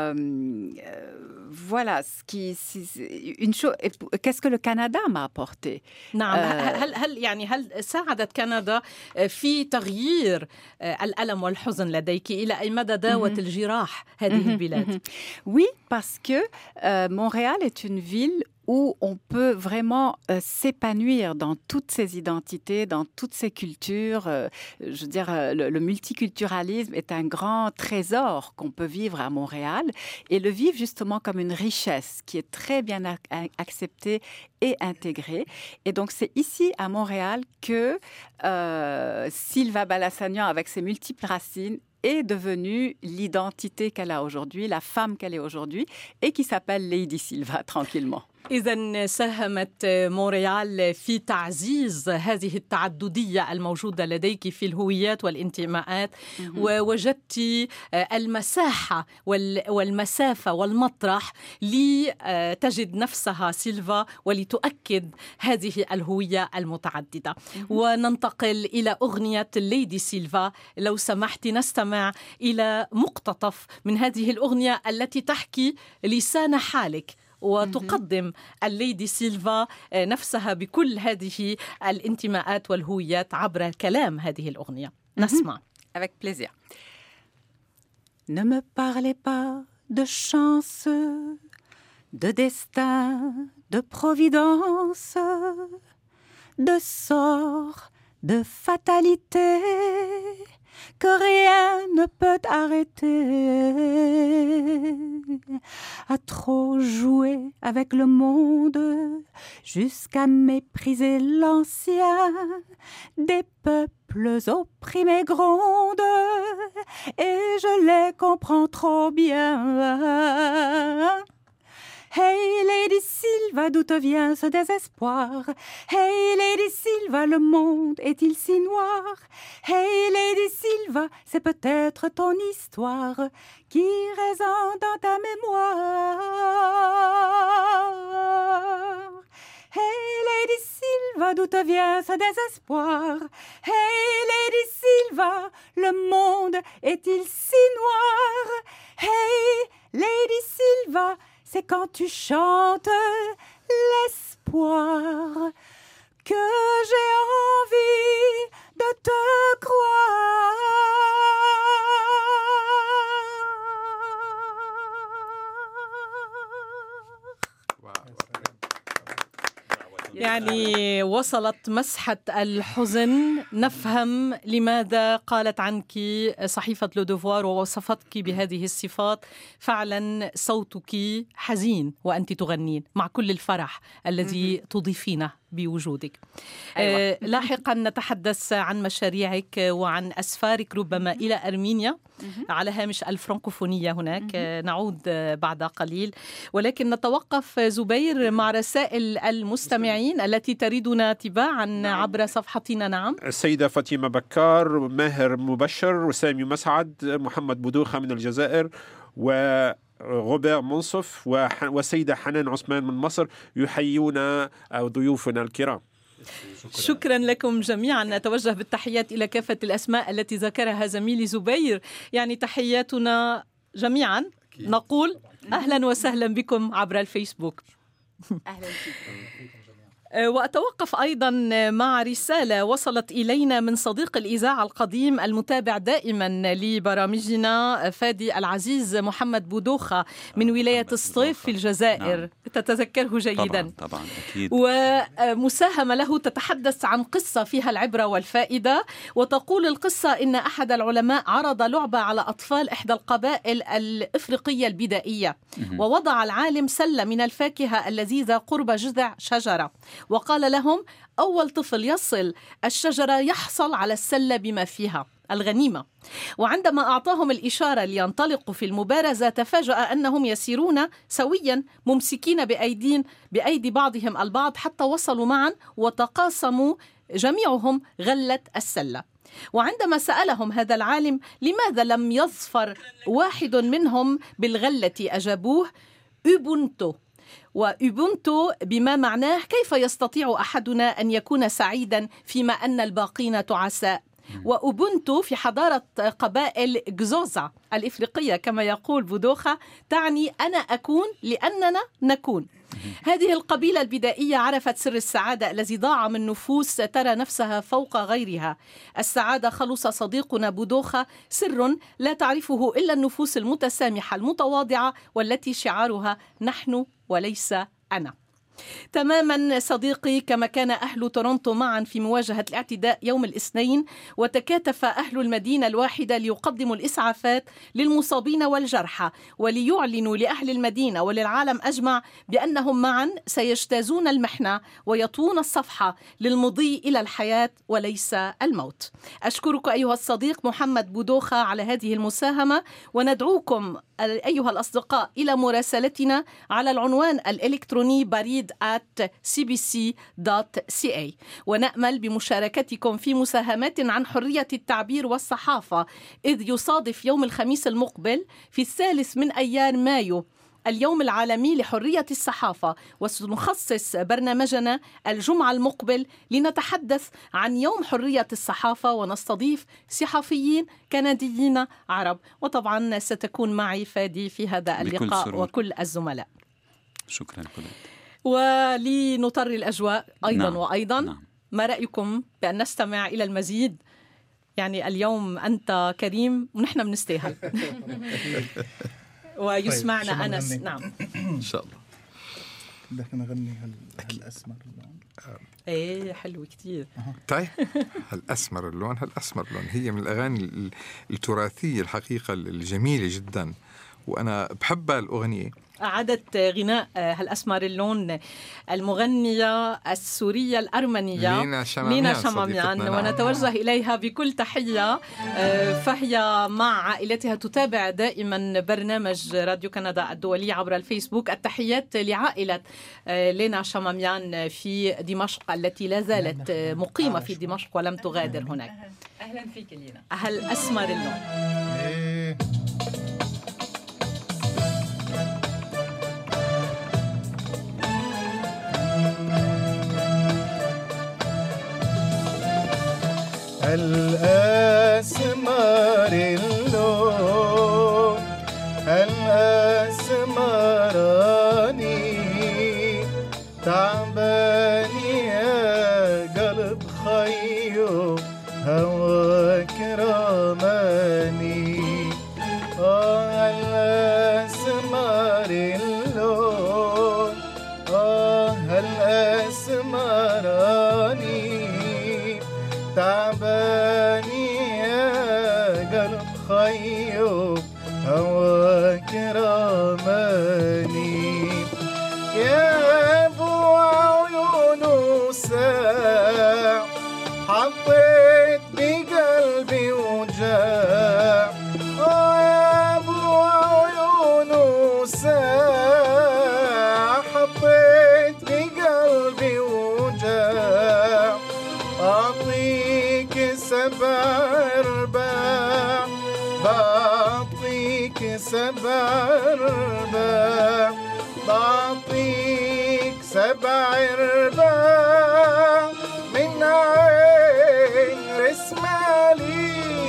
voilà une chose. Qu'est-ce que le Canada m'a apporté? نعم. هل ساعدت كندا في تغيير الألم والحزن لديك؟ إلى أي مدى داوت الجراح هذه البلاد؟ Oui, parce que Montréal est une ville où on peut vraiment s'épanouir dans toutes ses identités, dans toutes ses cultures. Je veux dire, le multiculturalisme est un grand trésor qu'on peut vivre à Montréal et le vivre justement comme une richesse qui est très bien acceptée et intégrée. Et donc, c'est ici, à Montréal, que Sylva Balassagnan, avec ses multiples racines, est devenue l'identité qu'elle a aujourd'hui, la femme qu'elle est aujourd'hui, et qui s'appelle Lady Silva, tranquillement. إذن ساهمت مونريال في تعزيز هذه التعددية الموجودة لديك في الهويات والانتماءات، ووجدت المساحة والمسافة والمطرح لتجد نفسها سيلفا ولتؤكد هذه الهوية المتعددة. وننتقل إلى أغنية ليدي سيلفا. لو سمحت نستمع إلى مقتطف من هذه الأغنية التي تحكي لسان حالك وتقدم الليدي سيلفا نفسها بكل هذه الانتماءات والهويات عبر كلام هذه الأغنية. نسمع. Avec plaisir. Ne me parlez pas de chance, de destin, de providence, de sort, de fatalité, que rien ne peut arrêter. À trop jouer avec le monde, jusqu'à mépriser l'ancien, des peuples opprimés grondent, et je les comprends trop bien. Hey Lady Silva, d'où te vient ce désespoir? Hey Lady Silva, le monde est-il si noir? Hey Lady Silva, c'est peut-être ton histoire qui résonne dans ta mémoire. Hey Lady Silva, d'où te vient ce désespoir? Hey Lady Silva, le monde est-il si noir? Hey Lady Silva, c'est quand tu chantes l'espoir que j'ai envie de te croire. يعني وصلت مسحة الحزن. نفهم لماذا قالت عنك صحيفة لو دوفوار ووصفتك بهذه الصفات. فعلا صوتك حزين وأنت تغنين مع كل الفرح الذي تضيفينه بوجودك. أيوة. لاحقا نتحدث عن مشاريعك وعن أسفارك ربما إلى أرمينيا على هامش الفرنكوفونية هناك. نعود بعد قليل، ولكن نتوقف زبير مع رسائل المستمعين التي تريدنا تباعا عبر صفحتنا. نعم، السيدة فاطمة بكار، ماهر مبشر، وسامي مسعد، محمد بودوخة من الجزائر، وغوبير منصف، وسيدة حنان عثمان من مصر يحيون ضيوفنا الكرام. شكرا لكم جميعا. نتوجه بالتحيات إلى كافة الأسماء التي ذكرها زميلي زبير، يعني تحياتنا جميعا. نقول أهلا وسهلا بكم عبر الفيسبوك. أهلا بكم. وأتوقف أيضا مع رسالة وصلت إلينا من صديق الإذاعة القديم المتابع دائما لبرامجنا، فادي العزيز محمد بودوخة من ولاية الصيف في الجزائر. نعم. تتذكره جيدا طبعا أكيد. ومساهمة له تتحدث عن قصة فيها العبرة والفائدة، وتقول القصة إن أحد العلماء عرض لعبة على أطفال إحدى القبائل الإفريقية البدائية، ووضع العالم سلة من الفاكهة اللذيذة قرب جذع شجرة، وقال لهم أول طفل يصل الشجرة يحصل على السلة بما فيها الغنيمة. وعندما أعطاهم الإشارة لينطلقوا في المبارزة، تفاجأ أنهم يسيرون سويا ممسكين بأيدي بعضهم البعض حتى وصلوا معا وتقاسموا جميعهم غلة السلة. وعندما سألهم هذا العالم لماذا لم يظفر واحد منهم بالغلة، أجابوه أوبونتو. وأوبونتو بما معناه كيف يستطيع أحدنا أن يكون سعيدا فيما أن الباقين تعساء. وأوبونتو في حضارة قبائل جزوزا الإفريقية كما يقول بودوخة تعني أنا أكون لأننا نكون. هذه القبيلة البدائية عرفت سر السعادة الذي ضاع من نفوس ترى نفسها فوق غيرها. السعادة، خلص صديقنا بودوخة، سر لا تعرفه إلا النفوس المتسامحة المتواضعة والتي شعارها نحن وليس أنا. تماما صديقي، كما كان أهل تورونتو معا في مواجهة الاعتداء يوم الاثنين، وتكاتف أهل المدينة الواحدة ليقدموا الإسعافات للمصابين والجرحى، وليعلنوا لأهل المدينة وللعالم أجمع بأنهم معا سيجتازون المحنة ويطوون الصفحة للمضي إلى الحياة وليس الموت. أشكرك أيها الصديق محمد بودوخة على هذه المساهمة، وندعوكم أيها الأصدقاء إلى مراسلتنا على العنوان الإلكتروني barid@cbc.ca، ونأمل بمشاركتكم في مساهمات عن حرية التعبير والصحافة، إذ يصادف يوم الخميس المقبل في 3 من أيار مايو اليوم العالمي لحرية الصحافة، وسنخصص برنامجنا الجمعة المقبل لنتحدث عن يوم حرية الصحافة، ونستضيف صحفيين كنديين عرب، وطبعا ستكون معي فادي في هذا اللقاء وكل الزملاء. شكرا لكم. ولنطر الأجواء أيضا وأيضا، نعم. ما رأيكم بأن نستمع إلى المزيد؟ يعني اليوم أنت كريم ونحن بنستاهل. ويسمعنا طيب. أنس. نعم إن شاء الله. بدك نغني هالأسمر اللون. إيه حلو كتير. طيب هالأسمر اللون، هالأسمر اللون هي من الأغاني التراثية الحقيقة الجميلة جدا، وأنا بحبها الأغنية. أعادت غناء هالأسمر اللون المغنية السورية الأرمنية لينا شماميان، ونتوجه إليها بكل تحية. فهي مع عائلتها تتابع دائما برنامج راديو كندا الدولي عبر الفيسبوك. التحيات لعائلة لينا شماميان في دمشق التي لا زالت مقيمة في دمشق ولم تغادر هناك. أهلا فيك لينا. هالأسمر اللون. الأسمر اللون الأسمراني تعباني يا قلب خيو هواك رماني. الأسمر اللون الأسمراني تعباني يا قلب خيو هواك رماني. يا ابو عيون وساع حطيت بقلبي وجاع. يا ابو عيون وساع حطيت بقلبي وجاع. أعطيك 7 أرباع بعطيك 7 أرباع بعطيك 7 أرباع من عين رسمالي.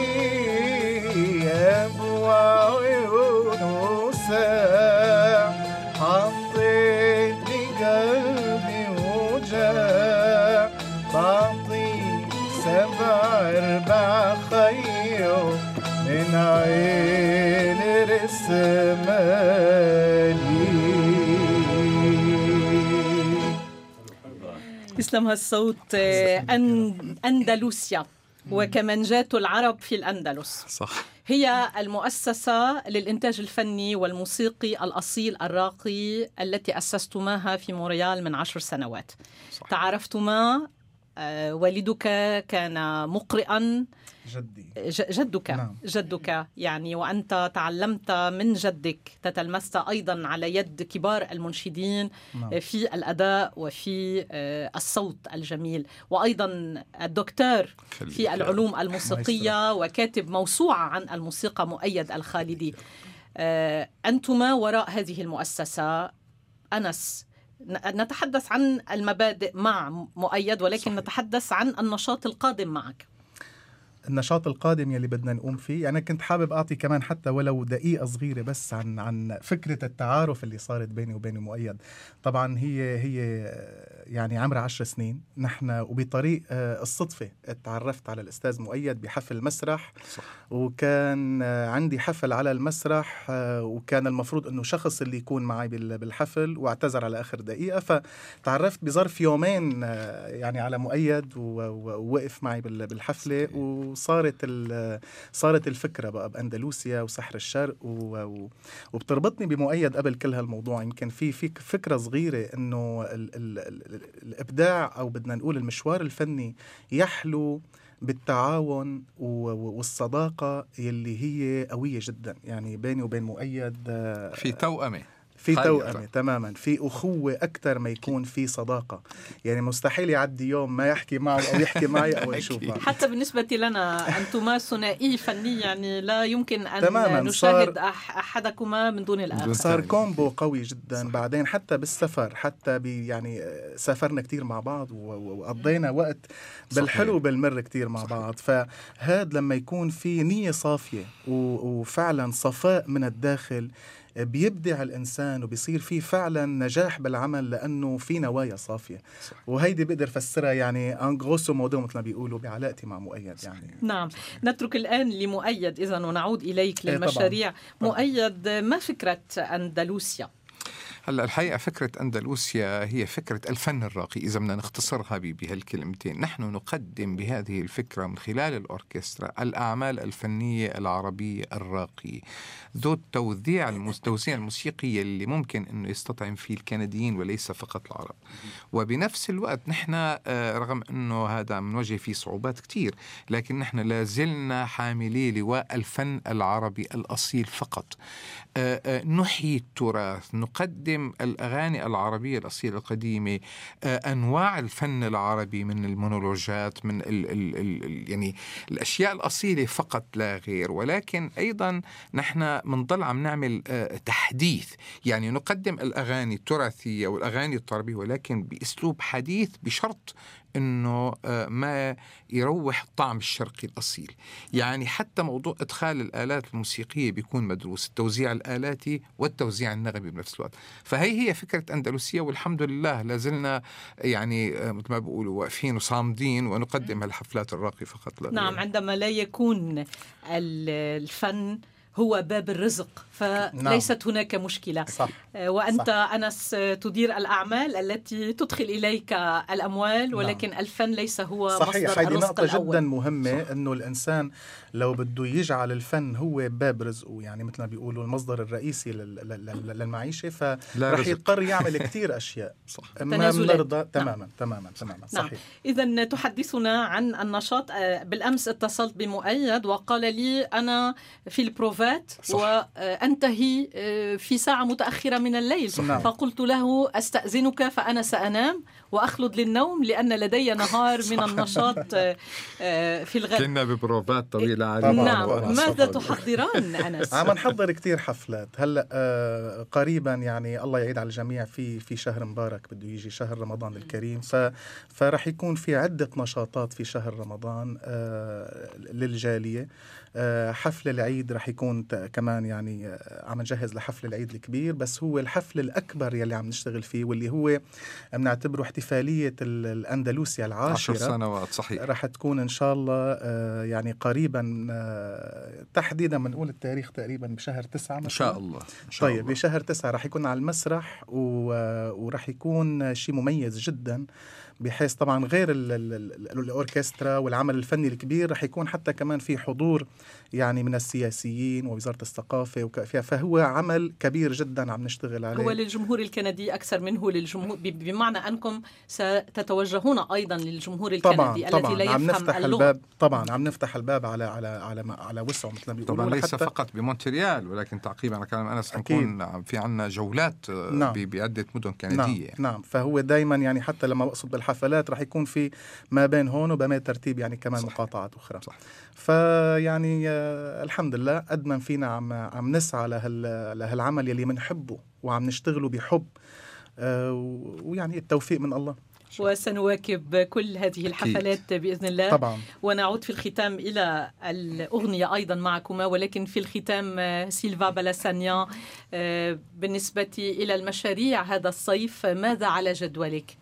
يا أبو عيون وساع حطيت بقلبي وجاع. بعطيك 7 أرباع خيو من عين رسمالي. يسلم هالصوت. أندلسيا وكمانجات العرب في الأندلس. صح. هي المؤسسة للإنتاج الفني والموسيقي الأصيل الراقي التي أسستماها في مونريال من 10 سنوات. صح. تعرفتما، والدك كان مقرئا، جدك نعم. جدك يعني، وأنت تعلمت من جدك، تتلمست أيضا على يد كبار المنشدين نعم. في الأداء وفي الصوت الجميل، وأيضا الدكتور في العلوم الموسيقية وكاتب موسوعة عن الموسيقى مؤيد الخالدي. أنتما وراء هذه المؤسسة. أنس، نتحدث عن المبادئ مع مؤيد، ولكن صحيح. نتحدث عن النشاط القادم معك. النشاط القادم يلي بدنا نقوم فيه. يعني كنت حابب أعطي كمان حتى ولو دقيقة صغيرة بس عن فكرة التعارف اللي صارت بيني وبين مؤيد. طبعا هي يعني عمرها 10 سنين نحن، وبطريق الصدفة تعرفت على الأستاذ مؤيد بحفل مسرح. صح. وكان عندي حفل على المسرح، وكان المفروض أنه شخص اللي يكون معي بالحفل واعتذر على آخر دقيقة، فتعرفت بظرف يومين يعني على مؤيد ووقف معي بالحفلة. وصارت الفكرة بقى بأندلسيا وسحر الشرق، وبتربطني بمؤيد قبل كل هالموضوع. يمكن في فكرة صغيرة إنه الإبداع أو بدنا نقول المشوار الفني يحلو بالتعاون والصداقة اللي هي قوية جدا. يعني بيني وبين مؤيد في توأمة، تماما، في أخوة أكتر ما يكون في صداقة. يعني مستحيل يعدي يوم ما يحكي معه أو يحكي معي أو يشوف معي. حتى بالنسبة لنا أنتما ثنائي فني، يعني لا يمكن أن نشاهد أحدكما من دون الآخر. صار كومبو قوي جدا. صح. بعدين حتى بالسفر، حتى يعني سافرنا كتير مع بعض وقضينا وقت بالحلو وبالمر كتير مع بعض. فهذا لما يكون في نية صافية وفعلا صفاء من الداخل بيبدع الإنسان وبيصير فيه فعلا نجاح بالعمل لأنه في نوايا صافية. صح. وهيدي بقدر فسرها يعني أنغوسو موضوع مثل ما بيقولوا بعلاقتي مع مؤيد. يعني نعم. نترك الآن لمؤيد إذن ونعود إليك للمشاريع. مؤيد، ما فكرة أندلسيا؟ هلا الحقيقة فكرة أندلسيا هي فكرة الفن الراقي، إذا بدنا نختصرها بهالكلمتين. نحن نقدم بهذه الفكرة من خلال الأوركسترا الأعمال الفنية العربية الراقية ذو التوزيع الموسيقي اللي ممكن أنه يستطعم فيه الكنديين وليس فقط العرب. وبنفس الوقت نحن رغم أنه هذا منواجه فيه صعوبات كتير، لكن نحن لازلنا حاملي لواء الفن العربي الأصيل فقط. نحيي التراث، نقدم الأغاني العربية الأصيلة القديمة، أنواع الفن العربي من المونولوجات، من يعني الأشياء الأصيلة فقط لا غير. ولكن أيضا نحن منضل عم نعمل تحديث، يعني نقدم الأغاني التراثية والأغاني الطربية ولكن بأسلوب حديث، بشرط إنه ما يروح الطعم الشرقي الأصيل. يعني حتى موضوع إدخال الآلات الموسيقية بيكون مدروس، التوزيع الآلاتي والتوزيع النغمي بنفس الوقت. فهي فكرة أندلسية، والحمد لله لازلنا يعني مثل ما بيقولوا واقفين وصامدين ونقدم الحفلات الراقية فقط لا غير. نعم، عندما لا يكون الفن هو باب الرزق فليست هناك مشكلة. صح. وأنت صح. أنس تدير الأعمال التي تدخل إليك الأموال، ولكن نعم. الفن ليس هو صحيح. مصدر الرزق الأول. نقطة جدا مهمة، أنه الإنسان لو بده يجعل الفن هو باب رزقه، يعني مثل ما بيقولوا المصدر الرئيسي للمعيشة، فرح يضطر يعمل كتير أشياء. صح. ما بنرضى. تماما. صحيح. نعم. إذن تحدثنا عن النشاط. بالأمس اتصلت بمؤيد وقال لي أنا في البروفات وأنتهي في ساعة متأخرة من الليل. صح. فقلت له أستأذنك فأنا سأنام وأخلد للنوم لأن لدي نهار من النشاط في الغد. كنا ببروفات طويلة على نعم. ماذا تحضران أنس؟ عم نحضر كتير حفلات هلأ قريبا، يعني الله يعيد على الجميع في شهر مبارك بده يجي شهر رمضان الكريم، فرح يكون في عدة نشاطات في شهر رمضان للجالية. حفل العيد رح يكون كمان، يعني عم نجهز لحفل العيد الكبير، بس هو الحفل الأكبر يلي عم نشتغل فيه واللي هو بنعتبره احتفالية الأندلسيا 10 سنوات. صحيح. رح تكون إن شاء الله يعني قريبا، تحديدا بنقول التاريخ تقريبا بشهر 9 إن شاء الله. طيب بشهر 9 رح يكون على المسرح ورح يكون شيء مميز جدا، بحيث طبعا غير الأوركسترا والعمل الفني الكبير رح يكون حتى كمان في حضور يعني من السياسيين ووزارة الثقافة فهو عمل كبير جدا عم نشتغل عليه. هو للجمهور الكندي أكثر منه للجمهور، بمعنى أنكم ستتوجهون أيضا للجمهور الكندي الذي لا يفهم اللغة. طبعا عم نفتح الباب على وسع مثل ما بيقولوا. طبعا ليس فقط بمونتريال، ولكن تعقيبا على كلام أنس نكون في عنا جولات. نعم. بعدة مدن كندية. نعم. فهو دايما يعني حتى لما أقصد بالحفلات رح يكون في ما بين هون وبين ترتيب يعني كمان صح. مقاطعات أخرى. صح. فيعني الحمد لله قد ما فينا عم نسعى لهالعمل يلي منحبه وعم نشتغله بحب، ويعني التوفيق من الله. وسنواكب كل هذه الحفلات بإذن الله طبعا. ونعود في الختام إلى الأغنية أيضا معكما، ولكن في الختام سيلفا بلاسانيان، بالنسبة إلى المشاريع هذا الصيف ماذا على جدولك؟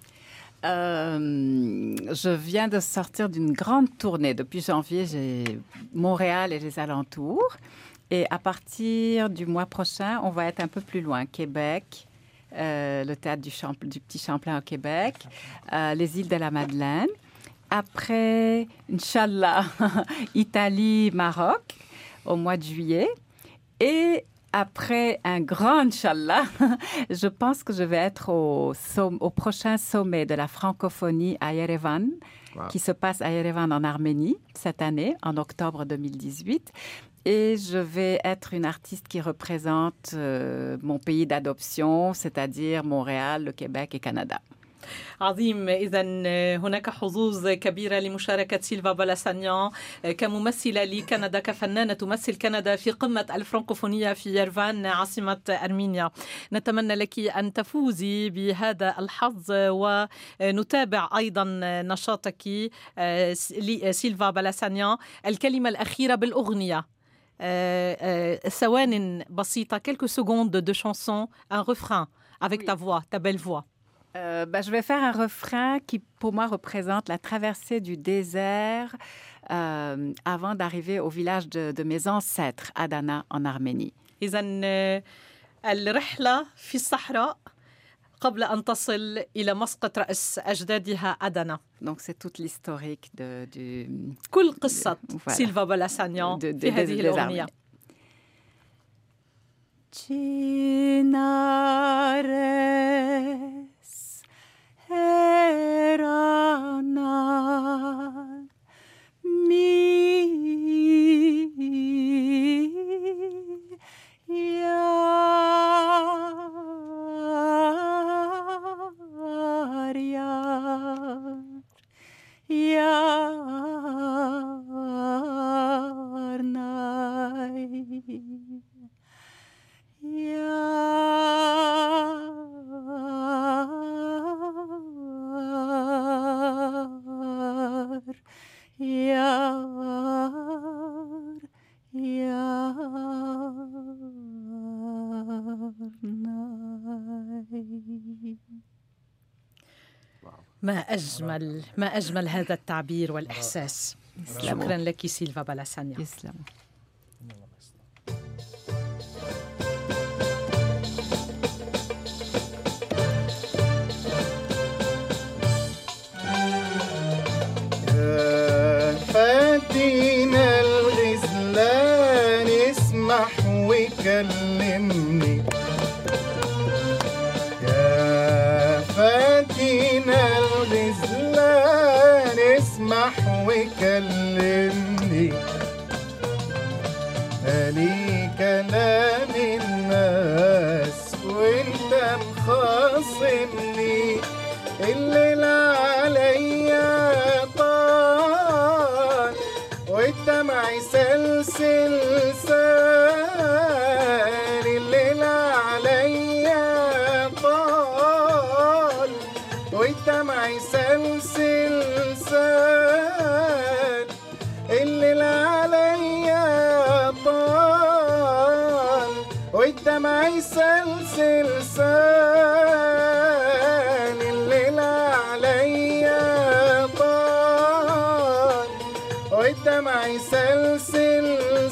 Je viens de sortir d'une grande tournée. Depuis janvier, j'ai Montréal et les alentours. Et à partir du mois prochain, on va être un peu plus loin. Québec, le théâtre du Petit Champlain au Québec, les îles de la Madeleine. Après, Inch'Allah, Italie, Maroc, au mois de juillet. Et après un grand Inch'Allah, je pense que je vais être au prochain sommet de la francophonie à Yerevan, qui se passe à Yerevan en Arménie cette année, en octobre 2018. Et je vais être une artiste qui représente mon pays d'adoption, c'est-à-dire Montréal, le Québec et Canada. عظيم. إذن هناك حظوظ كبيرة لمشاركة سيلفا بلاسانيان كممثلة لكندا، كفنانة تمثل كندا في قمة الفرنكوفونية في يرفان عاصمة أرمينيا. نتمنى لك أن تفوزي بهذا الحظ، ونتابع أيضا نشاطك لسيلفا بلاسانيان. الكلمة الأخيرة بالأغنية، ثوان بسيطة، quelques secondes de chanson, un refrain avec ta voix, ta belle voix. Je vais faire un refrain qui, pour moi, représente la traversée du désert avant d'arriver au village de mes ancêtres, Adana, en Arménie. إذن الرحلة في الصحراء قبل أن تصل إلى مسقط رأس أجدادها أدنا. Donc c'est toute l'historique du كل قصة سيلفا بلاسانيان في هذه الأغنية. Eranan mi yar nay ما أجمل هذا التعبير والإحساس. شكرا لك سيلفا بلاسانيان. يسلم. فاتينا الغزلان اسمح وكلمني، يا فاتينا الغزلان اسمح وكلمني، مالي كلام الناس وانت مخاصمني، الليل عليا طال والدمع سلسل سال، الليل عليا طال والدمع سلسل سال، الليل عليا طال والدمع سلسل سال، الليل عليا طال والدمع سلسل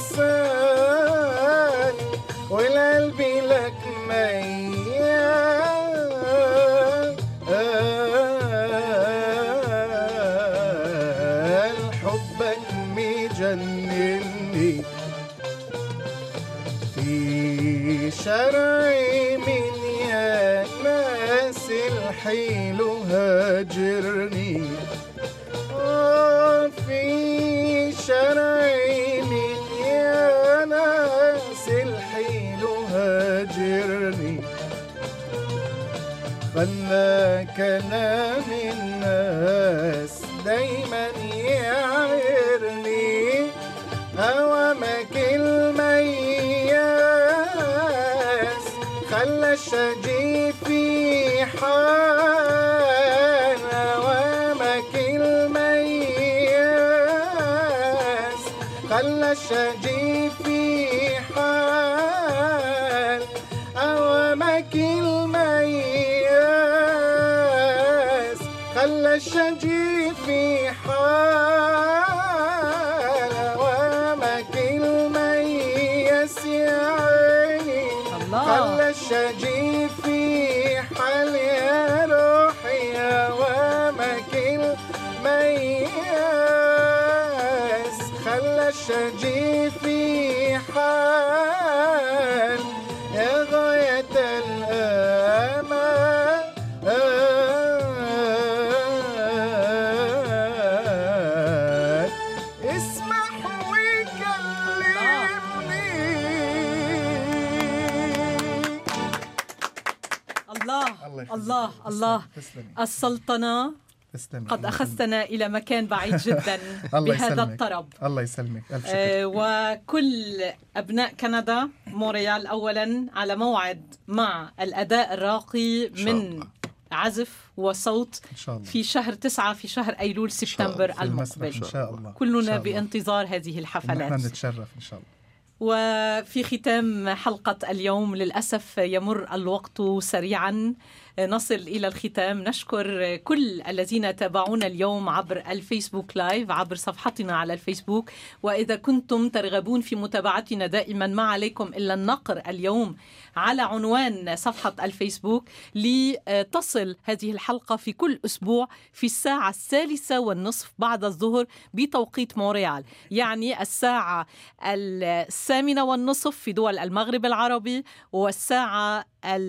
سال، والقلب لك ميال، حبك مجنني، في شرعي من يا ناس الحيل هاجرني، في شرعي من يا ناس الحيل هاجرني، خلى كلام الناس دايما يعيرني، هوامك المياس خلى الشجي في حال، الشجي في حال أوامك المياس خلى الشجي في حال أوامك المياس يا عيني خلى الشجي في حال يا روحي أوامك المياس خلى الشجي في حال يا غاية الأمان اسمح وكلمني. الله الله السلطنة قد أخذتنا إلى مكان بعيد جدا بهذا الطرب. الله يسلمك. ألف شكر. وكل أبناء كندا مونريال أولا على موعد مع الأداء الراقي من عزف وصوت إن شاء الله. في شهر 9 في شهر أيلول سبتمبر المقبل إن شاء الله. كلنا بانتظار هذه الحفلات. نحن نتشرف إن شاء الله. وفي ختام حلقة اليوم للأسف يمر الوقت سريعا، نصل إلى الختام. نشكر كل الذين تابعونا اليوم عبر الفيسبوك لايف، عبر صفحتنا على الفيسبوك. وإذا كنتم ترغبون في متابعتنا دائما ما عليكم إلا النقر اليوم على عنوان صفحة الفيسبوك لتصل هذه الحلقة في كل أسبوع في الساعة 3:30 بعد الظهر بتوقيت مونريال، يعني الساعة 8:30 في دول المغرب العربي والساعة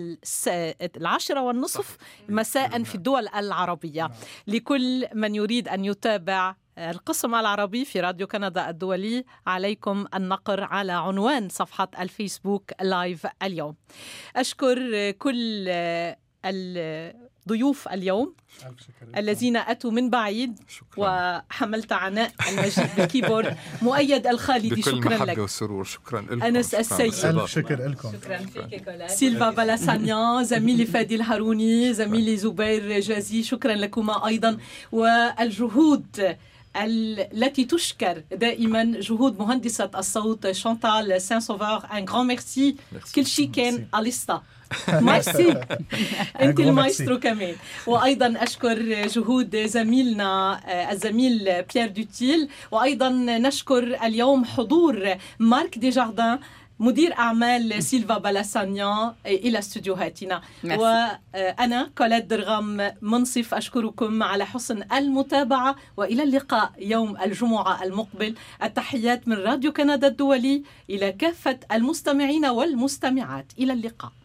10:30 مساء في الدول العربية. لكل من يريد أن يتابع القسم العربي في راديو كندا الدولي عليكم النقر على عنوان صفحة الفيسبوك لايف اليوم. أشكر كل الضيوف اليوم الذين أتوا من بعيد. وحملت عناء المجيد بالكيبورد مؤيد الخالدي، شكرا لك. والسرور. شكرا لكم. أنس السيد، ألف شكر لكم. شكرا فيك. سيلفا بلاسانيان، زميلي فادي الهاروني، زميلي زبير جازي، شكرا لكما أيضا. والجهود التي تشكر دائما جهود مهندسة الصوت شانتال سان سوفار. ان غران ميرسي. كل شيء كان أليستا. ميرسي. انت المايسترو كمان. وايضا اشكر جهود زميلنا الزميل بيير دوتيل. وايضا نشكر اليوم حضور مارك ديجاردان مدير أعمال سيلفا بلاسانيان إلى استوديوهاتنا. وأنا كولاد درغام منصف أشكركم على حسن المتابعة، وإلى اللقاء يوم الجمعة المقبل. التحيات من راديو كندا الدولي إلى كافة المستمعين والمستمعات. إلى اللقاء.